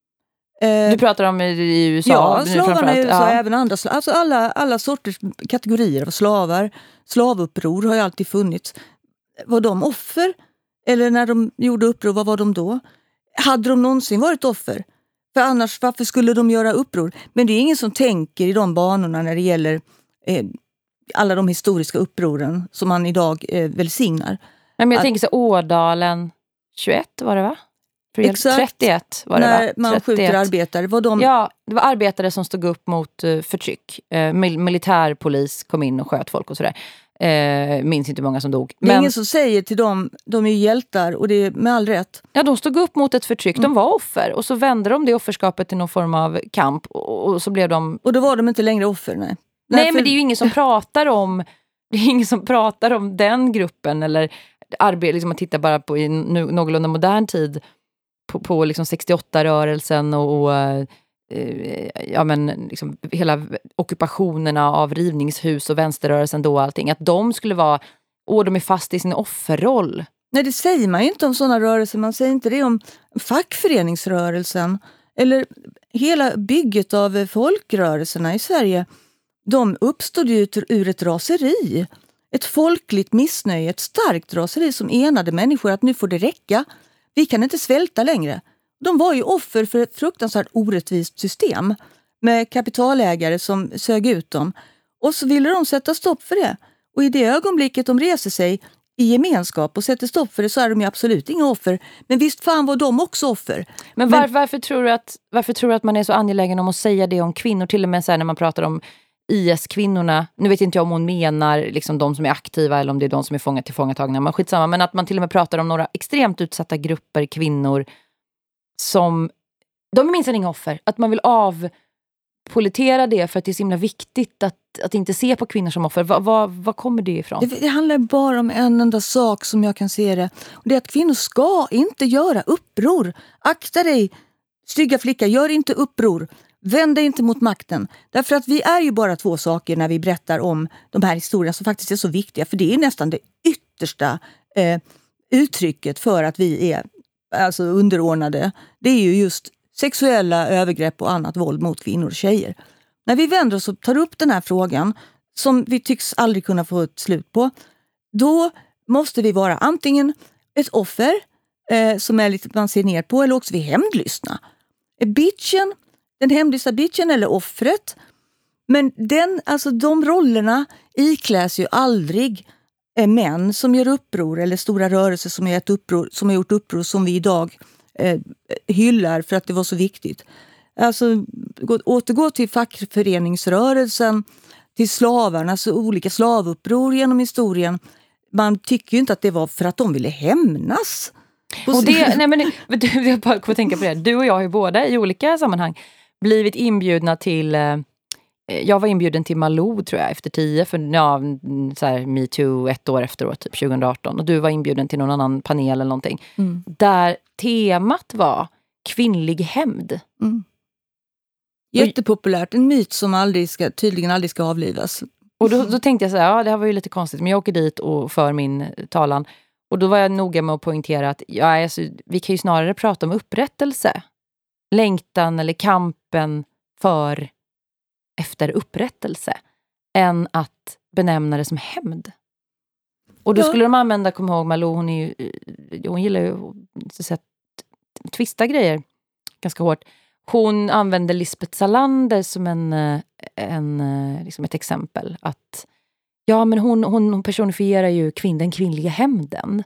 Du pratar om i U S A? Ja, slavarna i U S A, ja. Även andra. Alltså alla, alla sorters kategorier av slavar. Slavuppror har ju alltid funnits. Var de offer? Eller när de gjorde uppror, vad var de då? Hade de någonsin varit offer? För annars, varför skulle de göra uppror? Men det är ingen som tänker i de banorna när det gäller eh, alla de historiska upproren som man idag eh, välsignar. Nej, men jag att, tänker så Ådalen tjugoett var det va? Exakt, trettioett var det när va? man trettioett. Skjuter arbetare. Var de... Ja, det var arbetare som stod upp mot uh, förtryck. Uh, mil- militärpolis kom in och sköt folk och sådär. Uh, minns inte hur många som dog. Det är men... ingen som säger till dem, de är ju hjältar och det är med all rätt. Ja, de stod upp mot ett förtryck. Mm. De var offer. Och så vände de det offerskapet till någon form av kamp. Och, och så blev de... Och då var de inte längre offer, nej. Nej, för... men det är ju ingen som pratar om... Det är ingen som pratar om den gruppen. Eller arbete, liksom man tittar bara på i nu, någorlunda modern tid... på, på liksom sextioåtta-rörelsen och, och eh, ja, men liksom hela ockupationerna av rivningshus och vänsterrörelsen då och allting, att de skulle vara, åh, de är fast i sin offerroll. Nej, det säger man ju inte om sådana rörelser. Man säger inte det om fackföreningsrörelsen eller hela bygget av folkrörelserna i Sverige. De uppstod ju ur ett raseri. Ett folkligt missnöje, ett starkt raseri som enade människor att nu får det räcka. Vi kan inte svälta längre. De var ju offer för ett fruktansvärt orättvist system med kapitalägare som sög ut dem. Och så ville de sätta stopp för det. Och i det ögonblicket de reser sig i gemenskap och sätter stopp för det så är de ju absolut inga offer. Men visst fan var de också offer. Men, var, Men varför, tror du att, varför tror du att man är så angelägen om att säga det om kvinnor? Till och med så här när man pratar om I S-kvinnorna. Nu vet inte jag om hon menar liksom de som är aktiva eller om det är de som är fångat tillfångatagna. Men skitsamma. Men att man till och med pratar om några extremt utsatta grupper kvinnor som... De är minst inga offer. Att man vill avpolitera det för att det är så himla viktigt att, att inte se på kvinnor som offer. Vad va, va kommer det ifrån? Det, det handlar bara om en enda sak som jag kan se det. Och det är att kvinnor ska inte göra uppror. Akta dig, stygga flicka. Gör inte uppror. Vänd dig inte mot makten. Därför att vi är ju bara två saker när vi berättar om de här historierna som faktiskt är så viktiga. För det är nästan det yttersta eh, uttrycket för att vi är alltså underordnade. Det är ju just sexuella övergrepp och annat våld mot kvinnor och tjejer. När vi vänder oss och tar upp den här frågan som vi tycks aldrig kunna få ett slut på, då måste vi vara antingen ett offer eh, som är lite man ser ner på, eller också vi hämndlystna. Bitchen, den hemlysta bitchen eller offret. Men den, alltså de rollerna ikläs ju aldrig eh, män som gör uppror eller stora rörelser som har, uppror, som har gjort uppror som vi idag eh, hyllar för att det var så viktigt. Alltså återgå till fackföreningsrörelsen, till slavarna, alltså olika slavuppror genom historien. Man tycker ju inte att det var för att de ville hämnas. Och det, nej men, du, jag bara kommer tänka på det. Du och jag har ju båda i olika sammanhang blivit inbjudna till, eh, jag var inbjuden till Malou tror jag efter tio, för ja, så här, Me Too ett år efteråt, typ tjugo arton, och du var inbjuden till någon annan panel eller någonting, mm. där temat var kvinnlig hämnd. Mm. Jättepopulärt, en myt som aldrig ska, tydligen aldrig ska avlivas. Och då, då tänkte jag så här, ja det här var ju lite konstigt, men jag åker dit och för min talan. Och då var jag noga med att poängtera att ja, alltså, vi kan ju snarare prata om upprättelse. Längtan eller kampen för efter upprättelse än att benämna det som hämnd. Och då ja. skulle de använda, kom ihåg Malou, hon, är ju, hon gillar ju så sätt, twista grejer ganska hårt. Hon använde Lisbeth Salander som en, en liksom ett exempel. Att ja, men hon, hon personifierar ju kvinn, den kvinnliga hämnden.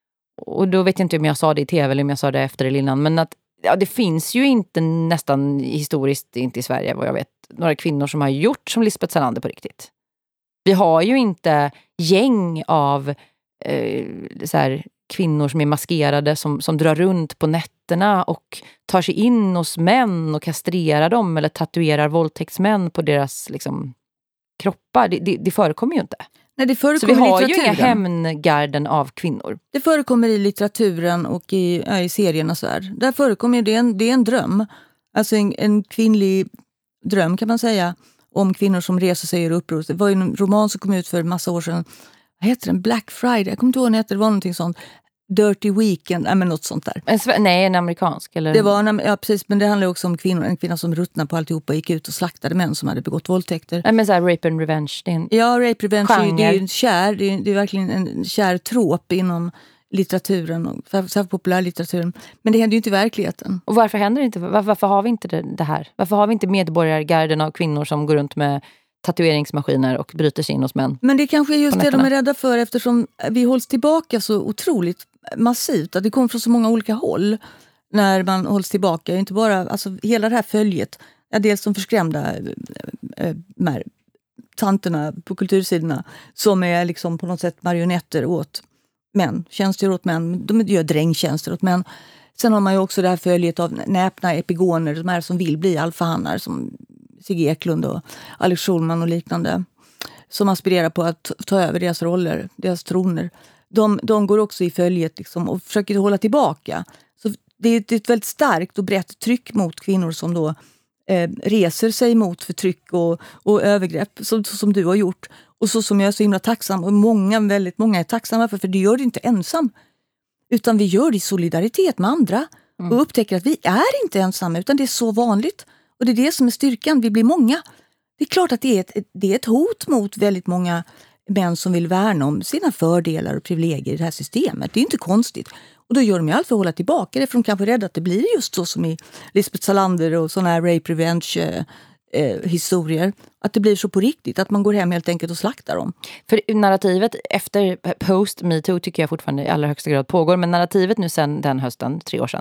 Och då vet jag inte om jag sa det i tv eller om jag sa det efter eller innan. Men att ja, det finns ju inte nästan historiskt, inte i Sverige vad jag vet, några kvinnor som har gjort som Lisbeth Salander på riktigt. Vi har ju inte gäng av eh, så här, kvinnor som är maskerade som, som drar runt på nätterna och tar sig in hos män och kastrerar dem eller tatuerar våldtäktsmän på deras liksom, kroppar. Det, det, det förekommer ju inte. Nej, det förekommer. Så vi har ju inga hämngarden av kvinnor. Det förekommer i litteraturen och i, ja, i serierna så här. Där förekommer det en, det är en dröm. Alltså en, en kvinnlig dröm kan man säga om kvinnor som reser sig ur uppror. Det var ju en roman som kom ut för en massa år sedan. Vad heter den? Black Friday. Jag kommer inte ihåg vad den heter. Det var någonting sånt. Dirty Weekend, nej men något sånt där. En sve- nej, en amerikansk. Eller? Det var en, ja, precis, men det handlar också om kvinnor. En kvinna som ruttnade på alltihopa och gick ut och slaktade män som hade begått våldtäkter. Nej, men så här, rape and revenge. Det är en ja, rape revenge genre. Det är ju en kär, det är, det är verkligen en kär trop inom litteraturen och särskilt populärlitteraturen. Men det händer ju inte i verkligheten. Och varför händer det inte? Varför, varför har vi inte det, det här? Varför har vi inte medborgargarden av kvinnor som går runt med tatueringsmaskiner och bryter sig in hos män? Men det kanske är just det de är rädda för eftersom vi hålls tillbaka så otroligt massivt. Att det kommer från så många olika håll när man hålls tillbaka. Inte bara, alltså hela det här följet. Ja, dels de förskrämda äh, äh, tanterna på kultursidorna som är liksom på något sätt marionetter åt män. Tjänster åt män. De gör drängtjänster åt män. Sen har man ju också det här följet av näpna epigoner. De här som vill bli alfahannar som Sigge Eklund och Alex Schulman och liknande. Som aspirerar på att ta över deras roller, deras troner. De, de går också i följet liksom och försöker hålla tillbaka. Så det är ett väldigt starkt och brett tryck mot kvinnor som då eh, reser sig mot förtryck och, och övergrepp så, så som du har gjort. Och så som jag är så himla tacksam och många, väldigt många är tacksamma för, för det gör det inte ensam. Utan vi gör det i solidaritet med andra mm. och upptäcker att vi är inte ensamma utan det är så vanligt. Och det är det som är styrkan, vi blir många. Det är klart att det är ett, det är ett hot mot väldigt många män som vill värna om sina fördelar och privilegier i det här systemet. Det är inte konstigt. Och då gör de ju allt för att hålla tillbaka det, för de kanske är rädda att det blir just så som i Lisbeth Salander och sådana här rape revenge eh, historier. Att det blir så på riktigt, att man går hem helt enkelt och slaktar dem. För narrativet efter post MeToo tycker jag fortfarande i allra högsta grad pågår, men narrativet nu sen den hösten, tre år sedan,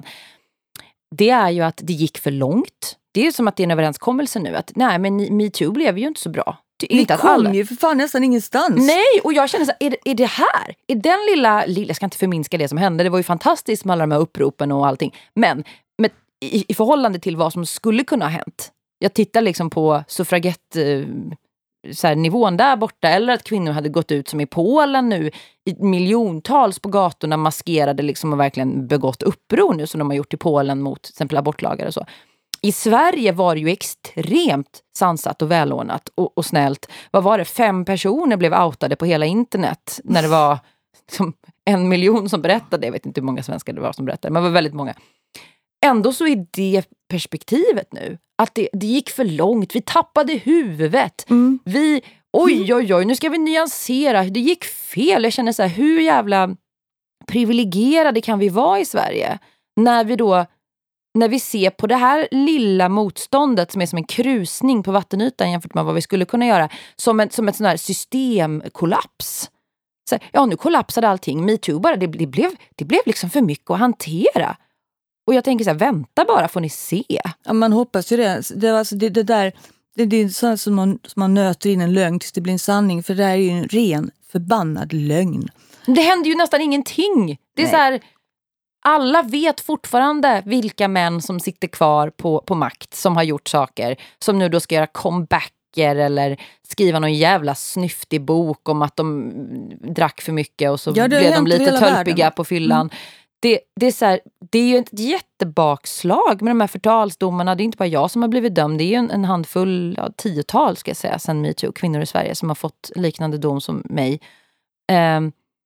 det är ju att det gick för långt. Det är ju som att det är en överenskommelse nu att nej, men MeToo blev ju inte så bra. Det inte kom alla... ju för fan nästan ingenstans. Nej, och jag känner så här, är det, är det här? Är den lilla, lilla, jag ska inte förminska det som hände. Det var ju fantastiskt med alla de här uppropen och allting. Men med, i, i förhållande till vad som skulle kunna ha hänt. Jag tittar liksom på suffragett eh, så här, nivån där borta. Eller att kvinnor hade gått ut som i Polen nu i miljontals på gatorna maskerade liksom och verkligen begått uppror nu som de har gjort i Polen mot till exempel abortlagar och så. I Sverige var det ju extremt sansat och välordnat och, och snällt. Vad var det? Fem personer blev outade på hela internet när det var liksom en miljon som berättade. Jag vet inte hur många svenskar det var som berättade, men det var väldigt många. Ändå så är det perspektivet nu. Att det, det gick för långt. Vi tappade huvudet. Mm. Vi, oj, oj, oj, nu ska vi nyansera. Det gick fel. Jag känner så här, hur jävla privilegierade kan vi vara i Sverige? När vi då När vi ser på det här lilla motståndet som är som en krusning på vattenytan jämfört med vad vi skulle kunna göra som, en, som ett sån här systemkollaps. Så, ja, nu kollapsade allting. MeToo bara, det, det, blev, det blev liksom för mycket att hantera. Och jag tänker så här, vänta bara får ni se. Ja, man hoppas ju det. Det, alltså, det, det där, det, det är sånt som man, som man nöter in en lögn tills det blir en sanning. För det här är ju en ren förbannad lögn. Det händer ju nästan ingenting. Det är Nej. så här... Alla vet fortfarande vilka män som sitter kvar på, på makt som har gjort saker som nu då ska göra comebacker eller skriva någon jävla snyftig bok om att de drack för mycket och så ja, blev de lite tölpiga på fyllan. Mm. Det, det, är så här, det är ju ett jättebakslag med de här förtalsdomarna. Det är inte bara jag som har blivit dömd. Det är ju en, en handfull, ja, tiotal ska jag säga, sen MeToo, kvinnor i Sverige som har fått liknande dom som mig. Um,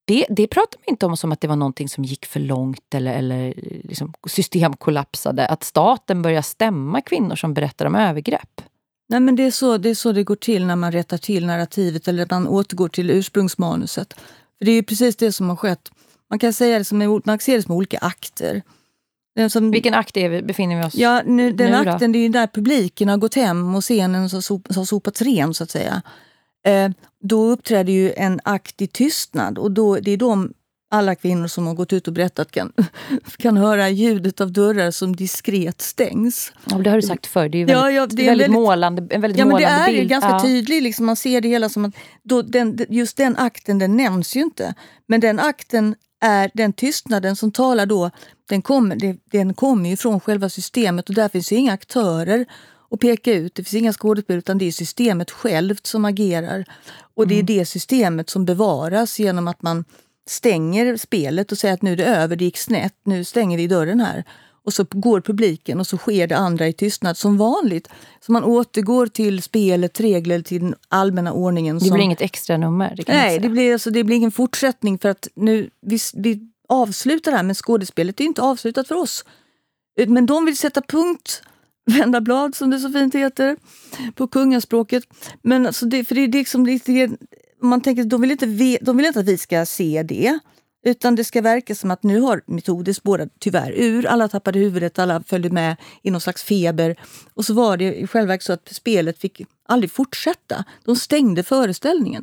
det, det pratar man inte om som att det var någonting som gick för långt eller, eller liksom system kollapsade. Att staten börjar stämma kvinnor som berättar om övergrepp. Nej, men det är, så, det är så det går till när man rättar till narrativet eller man återgår till ursprungsmanuset. För det är ju precis det som har skett. Man kan säga det som, man kan se det som olika akter. Som, Vilken akt är vi, befinner vi oss ja, nu, den nu akten, det är ju där publiken har gått hem och scenen har sop, sopats ren, så att säga. Eh, då uppträder ju en akt i tystnad och då, det är de alla kvinnor som har gått ut och berättat kan, kan höra ljudet av dörrar som diskret stängs. Ja, det har du sagt förr. Det är ju väldigt, ja, ja, det är väldigt, väldigt målande, en väldigt ja, målande men det är bild. ganska ja. tydligt. Liksom, man ser det hela som att då, den, just den akten, den nämns ju inte. Men den akten är den tystnaden som talar då, den kommer, det, den kommer ju från själva systemet och där finns ju inga aktörer att peka ut. Det finns inga skådespel utan det är systemet självt som agerar. Och det är mm. det systemet som bevaras genom att man stänger spelet och säger att nu är det över, det gick snett, nu stänger vi dörren här. Och så går publiken och så sker det andra i tystnad som vanligt. Så man återgår till spelet, regler, till den allmänna ordningen. Det blir som, inget extra nummer. Det kan nej, det blir, alltså, det blir ingen fortsättning för att nu vi, vi avslutar det här, men skådespelet är inte avslutat för oss. Men de vill sätta punkt, vända blad som det så fint heter på kungaspråket. Men alltså det, för det är liksom lite, man tänker de vill inte de vill inte att vi ska se det, utan det ska verka som att nu har metoder spårat tyvärr ur, alla tappade huvudet, alla följde med i någon slags feber och så var det i själva verket så att spelet fick aldrig fortsätta. De stängde föreställningen.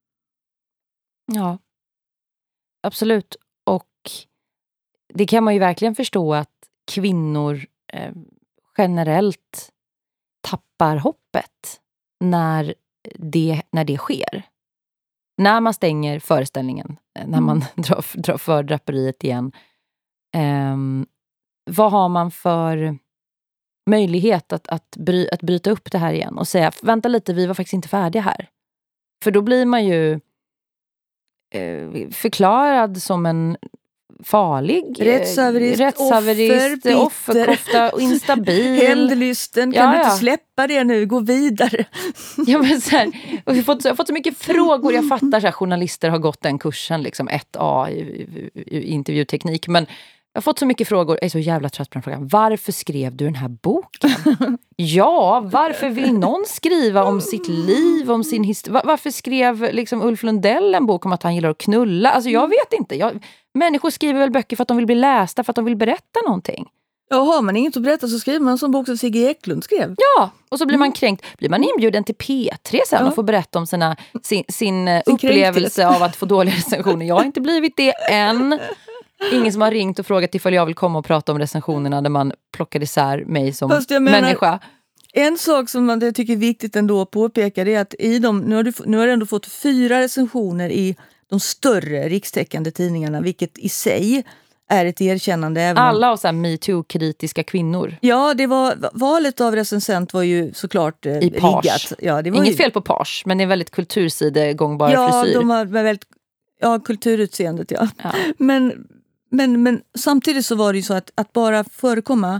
Ja. Absolut, och det kan man ju verkligen förstå att kvinnor eh, generellt tappar hoppet när det, när det sker. När man stänger föreställningen, när man mm. drar, drar för draperiet igen. Eh, vad har man för möjlighet att, att, bry, att bryta upp det här igen och säga, vänta lite, vi var faktiskt inte färdiga här. För då blir man ju eh, förklarad som en farlig rättshaverist, rättshaverist offer, offerkofta och instabil. Hämndlysten, kan ja, du inte ja. släppa det nu, gå vidare. Ja, men så här, och jag, har fått, jag har fått så mycket frågor, jag fattar så här, journalister har gått den kursen, liksom ett A i, i, i intervjuteknik, men jag har fått så mycket frågor, jag är så jävla trött på den frågan. Varför skrev du den här boken? Ja, varför vill någon skriva om sitt liv, om sin historia? Varför skrev liksom Ulf Lundell en bok om att han gillar att knulla? Alltså jag vet inte. Jag, människor skriver väl böcker för att de vill bli lästa, för att de vill berätta någonting. Ja, har man inget att berätta så skriver man en sån bok som Sigge Eklund skrev. Ja, och så blir man kränkt. Blir man inbjuden till P tre sen ja. och får berätta om sina, sin, sin, sin upplevelse kränkthet. Av att få dåliga recensioner. Jag har inte blivit det än. Ingen som har ringt och frågat ifall jag vill komma och prata om recensionerna där man plockade isär mig som menar, människa. En sak som man tycker är viktigt ändå att påpeka är att i dem, nu har du, nu har du ändå fått fyra recensioner i de större rikstäckande tidningarna, vilket i sig är ett erkännande. Även alla av så här MeToo-kritiska kvinnor. Ja, det var, valet av recensent var ju såklart eh, I Page. riggat. Ja, det var Inget ju, fel på Page, men det är väldigt kultursidegångbar ja, frisyr. Ja, de har väldigt, ja, kulturutseendet, ja. ja. Men, men, men samtidigt så var det ju så att, att bara förekomma,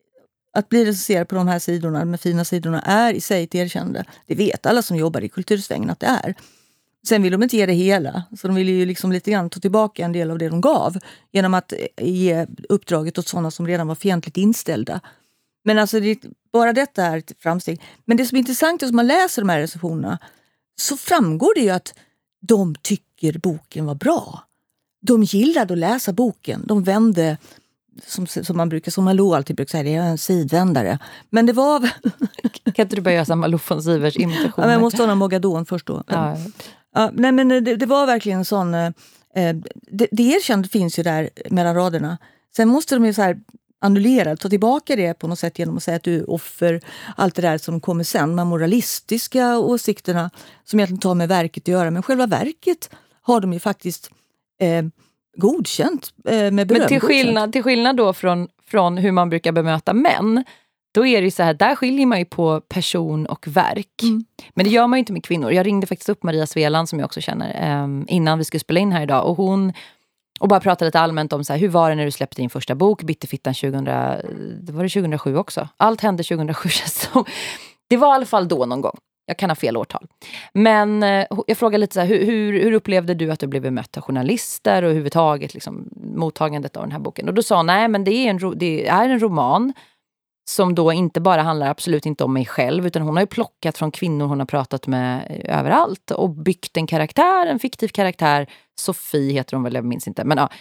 att bli recenserad på de här sidorna, de fina sidorna, är i sig ett erkännande. Det vet alla som jobbar i kultursvängen att det är. Sen vill de inte ge det hela. Så de vill ju liksom lite grann ta tillbaka en del av det de gav. Genom att ge uppdraget åt sådana som redan var fientligt inställda. Men alltså det, bara detta är ett framsteg. Men det som är intressant är att man läser de här recensionerna. Så framgår det ju att de tycker boken var bra. De gillade att läsa boken. De vände, som, som man brukar, som Malou alltid brukar säga, det är en sidvändare. Men det var... Kan inte du börja göra samma Malou von Sivers imitationer? Ja, men jag måste ha någon Mogadon först då. Ja. Ja, nej, men det, det var verkligen en sån... Eh, det, det erkännande finns ju där mellan raderna. Sen måste de ju så här annullera, ta tillbaka det på något sätt genom att säga att du är offer. Allt det där som kommer sen, de moralistiska åsikterna som egentligen tar med verket att göra. Men själva verket har de ju faktiskt eh, godkänt eh, med beröm. Men till skillnad, till skillnad då från, från hur man brukar bemöta män, då är det ju så här, där skiljer man ju på person och verk. Mm. Men det gör man ju inte med kvinnor. Jag ringde faktiskt upp Maria Sveland som jag också känner eh, innan vi skulle spela in här idag. Och hon och bara pratade lite allmänt om så här, hur var det när du släppte din första bok, Bitterfittan tjugohundra, det var det tjugohundrasju också. Allt hände tjugohundrasju. Så det var i alla fall då någon gång. jag kan ha fel årtal. Men eh, jag frågar lite så här, hur, hur, hur upplevde du att du blev bemött av journalister och överhuvudtaget liksom, mottagandet av den här boken? Och då sa nej, men det är, en, det är en roman som då inte bara handlar absolut inte om mig själv, utan hon har ju plockat från kvinnor hon har pratat med överallt och byggt en karaktär, en fiktiv karaktär. Sofie heter hon väl, jag minns inte. Men ja,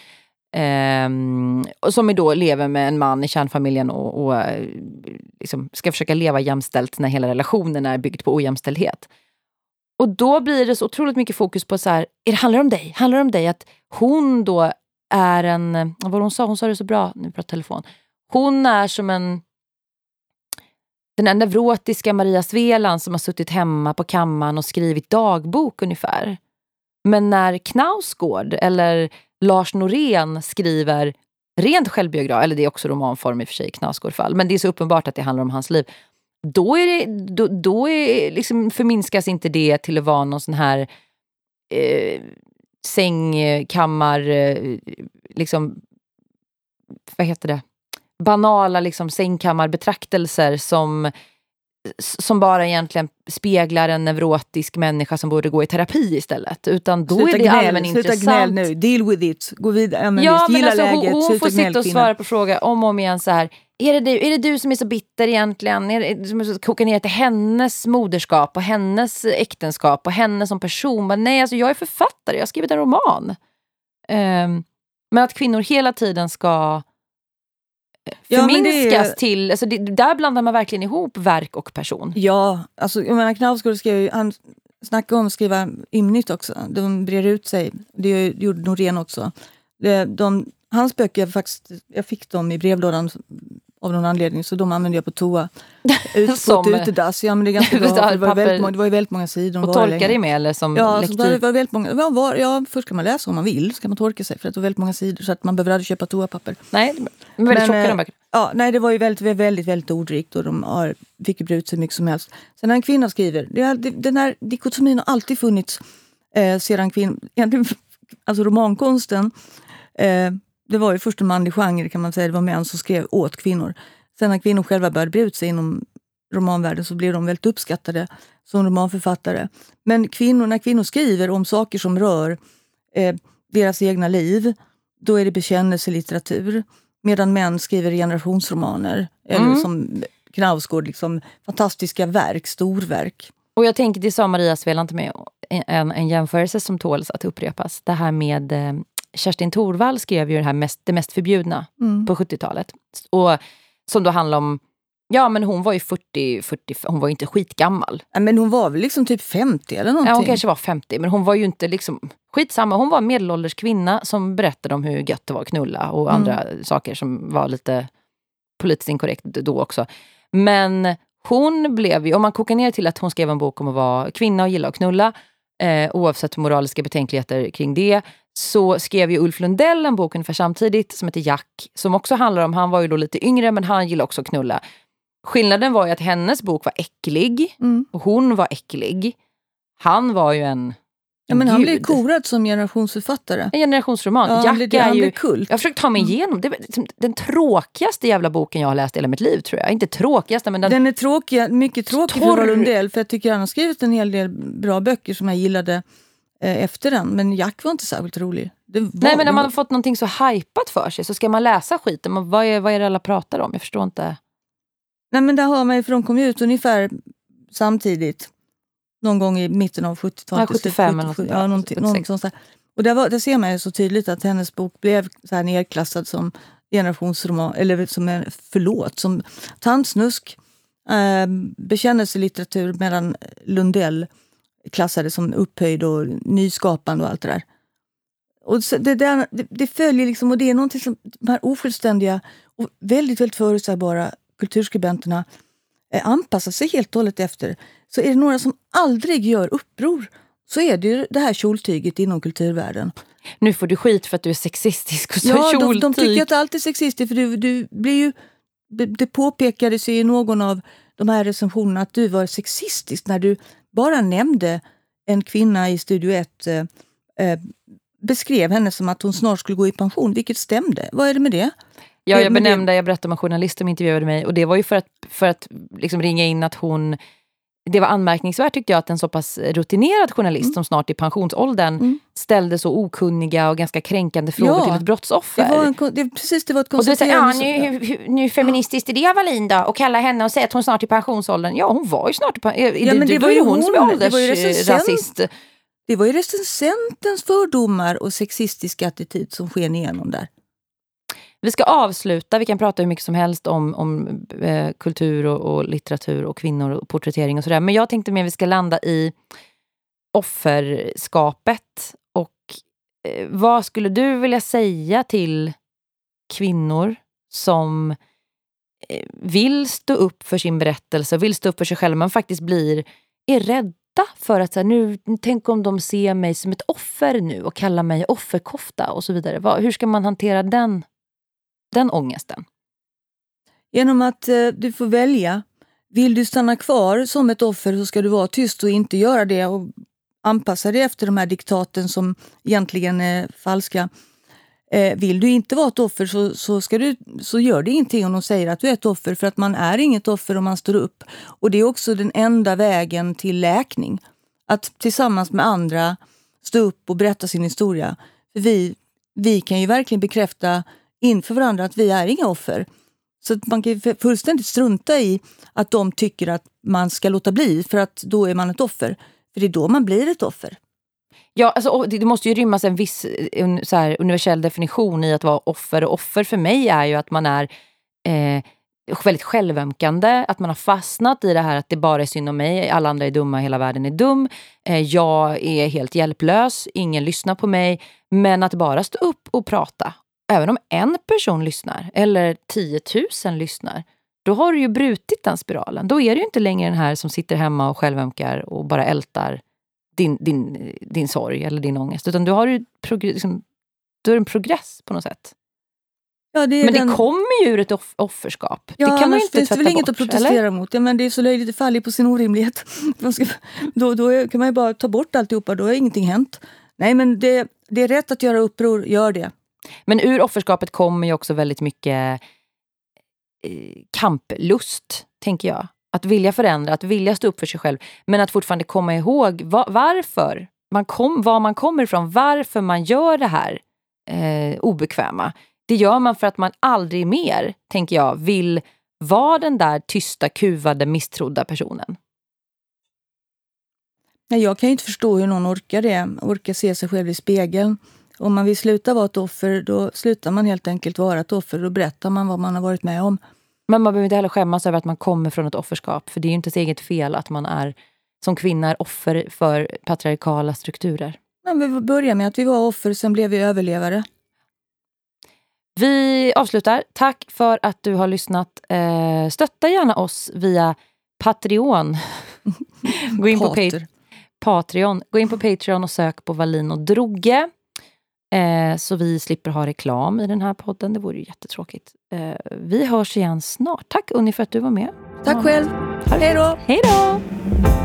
ehm, och som då lever med en man i kärnfamiljen och, och liksom ska försöka leva jämställt när hela relationen är byggd på ojämställdhet. Och då blir det så otroligt mycket fokus på så här, är det handlar om dig? Handlar det om dig att hon då är en, vad hon sa, hon sa det så bra, nu pratar telefon. Hon är som en den här neurotiska Maria Sveland som har suttit hemma på kammaren och skrivit dagbok ungefär. Men när Knausgård eller Lars Norén skriver rent självbiograf, eller det är också romanform i och för sig i Knausgård fall, men det är så uppenbart att det handlar om hans liv. Då är det, då, då är liksom förminskas inte det till att vara någon sån här eh, sängkammar eh, liksom vad heter det? banala liksom sängkammarbetraktelser som som bara egentligen speglar en neurotisk människa som borde gå i terapi istället. Utan då sluta är det allmän intressant. Sluta gnäll nu, deal with it. Gå vidare. Men ja, men alltså, läget, hon, hon får sitta och svara på frågor om och om igen så här. Är det du, är det du som är så bitter egentligen? Är det som kokar ner till hennes moderskap och hennes äktenskap och henne som person? Men nej, alltså jag är författare. Jag har skrivit en roman. Um, men att kvinnor hela tiden ska förminskas ja, är... till, alltså det, där blandar man verkligen ihop verk och person. Ja, alltså jag menar Knausgård skrev, han snackade om att skriva ymnigt också. De brer ut sig, det gjorde Norén också. De, de, hans böcker, faktiskt, jag fick dem i brevlådan av någon anledning, så de använde jag på toa. Ut, som, på ett utedass, ja men det är ganska bra. Det var, väldigt många, det var ju väldigt många sidor. Och tolka det med eller som ja, lektyr? Ja, det var väldigt många. Ja, var, ja, först kan man läsa om man vill, så kan man torka sig för att det var väldigt många sidor så att man behöver aldrig köpa toapapper. Nej, men väldigt tjocka de böckerna. Ja, nej, det var ju väldigt, väldigt, väldigt ordrikt och de har, fick ju brutit sig mycket som helst. Sen när en kvinna skriver, det är, det, den här dikotomin har alltid funnits eh, sedan kvinnor, egentligen, alltså romankonsten, eh, det var ju först en manlig genre kan man säga, det var män som skrev åt kvinnor. Sen när kvinnor själva började bre ut sig inom romanvärlden så blev de väldigt uppskattade som romanförfattare. Men kvinnor, när kvinnor skriver om saker som rör eh, deras egna liv, då är det bekännelselitteratur. Medan män skriver generationsromaner. Mm. Eller som Knausgård, liksom, fantastiska verk, storverk. Och jag tänker, det sa Maria Sveland med en, en jämförelse som tåls att upprepas. Det här med eh, Kerstin Thorvall skrev ju det här mest, det mest förbjudna mm. på sjuttiotalet. Och som då handlar om, ja men hon var ju fyrtio, fyrtio, hon var ju inte skitgammal. Ja, men hon var väl liksom typ femtio eller någonting. Ja, hon kanske var femtio, men hon var ju inte liksom skitsamma. Hon var en medelålders kvinna som berättade om hur gött det var att knulla och mm. andra saker som var lite politiskt inkorrekt då också. Men hon blev ju, om man kokar ner till att hon skrev en bok om att vara kvinna och gilla att knulla, eh, oavsett moraliska betänkligheter kring det, så skrev ju Ulf Lundell en bok ungefär samtidigt som heter Jack, som också handlar om, han var ju då lite yngre men han gillade också att knulla. Skillnaden var ju att hennes bok var äcklig mm. och hon var äcklig. Han var ju en Ja, men han blev korad som generationsförfattare. En generationsroman. Ja, Jack det, är ju, kult. jag har försökt ta mig igenom. Det är den tråkigaste jävla boken jag har läst i hela mitt liv, tror jag. Inte tråkigaste, men den... Den är tråkig, mycket tråkig torr. För Lundell. För jag tycker han har skrivit en hel del bra böcker som jag gillade eh, efter den. Men Jack var inte särskilt rolig. Det var, Nej, men när man var... har fått någonting så hypat för sig så ska man läsa skiten. Men vad är, vad är det alla pratar om? Jag förstår inte. Nej, men där har man ju, för de kom ut ungefär samtidigt. Någon gång i mitten av sjuttiotalet. Ja, sjuttiofem eller något sånt. Ja, någonting, någonting sånt där. Och där, var, där ser man ju så tydligt att hennes bok blev så här nedklassad som generationsroman, eller som en förlåt, som tandsnusk, eh, bekännelselitteratur, medan Lundell klassade som upphöjd och nyskapande och allt det där. Och så det, där, det, det följer liksom, och det är någonting som de här ofullständiga och väldigt, väldigt förutsägbara kulturskribenterna eh, anpassar sig helt och hållet efter. Så är det några som aldrig gör uppror, så är det ju det här kjoltyget inom kulturvärlden. Nu får du skit för att du är sexistisk och så ja, kjoltyg. De, de tycker att allt är sexistiskt, för du, du blir ju, det påpekades ju i någon av de här recensionerna att du var sexistisk när du bara nämnde en kvinna i Studio ett, eh, eh, beskrev henne som att hon snart skulle gå i pension, vilket stämde. Vad är det med det? Ja, jag benämnde, jag berättade om en journalist som intervjuade mig, och det var ju för att, för att liksom ringa in att hon det var anmärkningsvärt tyckte jag att en så pass rutinerad journalist mm. som snart i pensionsåldern mm. ställde så okunniga och ganska kränkande frågor ja, till ett brottsoffer. Det var en, det, precis, det var ett konstaterande. Ja, nu, hur, nu feministiskt är det Wallin då? Och kalla henne och säga att hon snart är i pensionsåldern. Ja, hon var ju snart i pensionsåldern. Ja, men det, det var ju hon, hon som är åldersrasist. Det var ju recensentens fördomar och sexistisk attityd som sker igenom där. Vi ska avsluta, vi kan prata hur mycket som helst om, om eh, kultur och, och litteratur och kvinnor och porträttering och sådär. Men jag tänkte mer att vi ska landa i offerskapet. Och eh, vad skulle du vilja säga till kvinnor som eh, vill stå upp för sin berättelse, vill stå upp för sig själva, men faktiskt blir, är rädda för att så här, nu, tänk om de ser mig som ett offer nu och kallar mig offerkofta och så vidare. Vad, hur ska man hantera den den ångesten? Genom att eh, du får välja. Vill du stanna kvar som ett offer så ska du vara tyst och inte göra det och anpassa dig efter de här diktaten som egentligen är falska. Eh, vill du inte vara ett offer så, så, ska du, så gör det ingenting om de säger att du är ett offer, för att man är inget offer om man står upp. Och det är också den enda vägen till läkning. Att tillsammans med andra stå upp och berätta sin historia. För vi, vi kan ju verkligen bekräfta inför varandra att vi är inga offer. Så att man kan fullständigt strunta i att de tycker att man ska låta bli, för att då är man ett offer. För det är då man blir ett offer. Ja, alltså, det måste ju rymmas en viss en, så här, universell definition i att vara offer. Och offer för mig är ju att man är eh, väldigt självömkande. Att man har fastnat i det här att det bara är synd om mig. Alla andra är dumma, hela världen är dum. Eh, jag är helt hjälplös, ingen lyssnar på mig. Men att bara stå upp och prata. Även om en person lyssnar eller tiotusen lyssnar, då har du ju brutit den spiralen. Då är det ju inte längre den här som sitter hemma och självömkar och bara ältar din, din, din sorg eller din ångest. Utan du har ju prog- liksom, du har en progress på något sätt. Ja, det är men den... det kommer ju ur ett off- offerskap. Ja, det kan man ju inte finns tvätta det väl inget bort, att protestera eller? mot. Ja, men det är så löjligt, det faller på sin orimlighet. då, då kan man ju bara ta bort alltihopa, då har ingenting hänt. Nej, men det, det är rätt att göra uppror, gör det. Men ur offerskapet kommer ju också väldigt mycket eh, kamplust, tänker jag. Att vilja förändra, att vilja stå upp för sig själv. Men att fortfarande komma ihåg va- varför man kom, var man kommer ifrån, varför man gör det här eh, obekväma. Det gör man för att man aldrig mer, tänker jag, vill vara den där tysta, kuvade, misstrodda personen. Nej, jag kan ju inte förstå hur någon orkar det. Orkar se sig själv i spegeln. Om man vill sluta vara ett offer, då slutar man helt enkelt vara ett offer. Då berättar man vad man har varit med om. Men man behöver inte heller skämmas över att man kommer från ett offerskap. För det är ju inte ett eget fel att man är som kvinna är offer för patriarkala strukturer. Men vi börjar med att vi var offer, sen blev vi överlevare. Vi avslutar. Tack för att du har lyssnat. Stötta gärna oss via Patreon. Gå in på pa- Patreon. Gå in på Patreon och sök på Wallin och Droge. Eh, så vi slipper ha reklam i den här podden. Det vore ju jättetråkigt. Eh, vi hörs igen snart. Tack Unni för att du var med. Tack själv. Hej då. Hej då.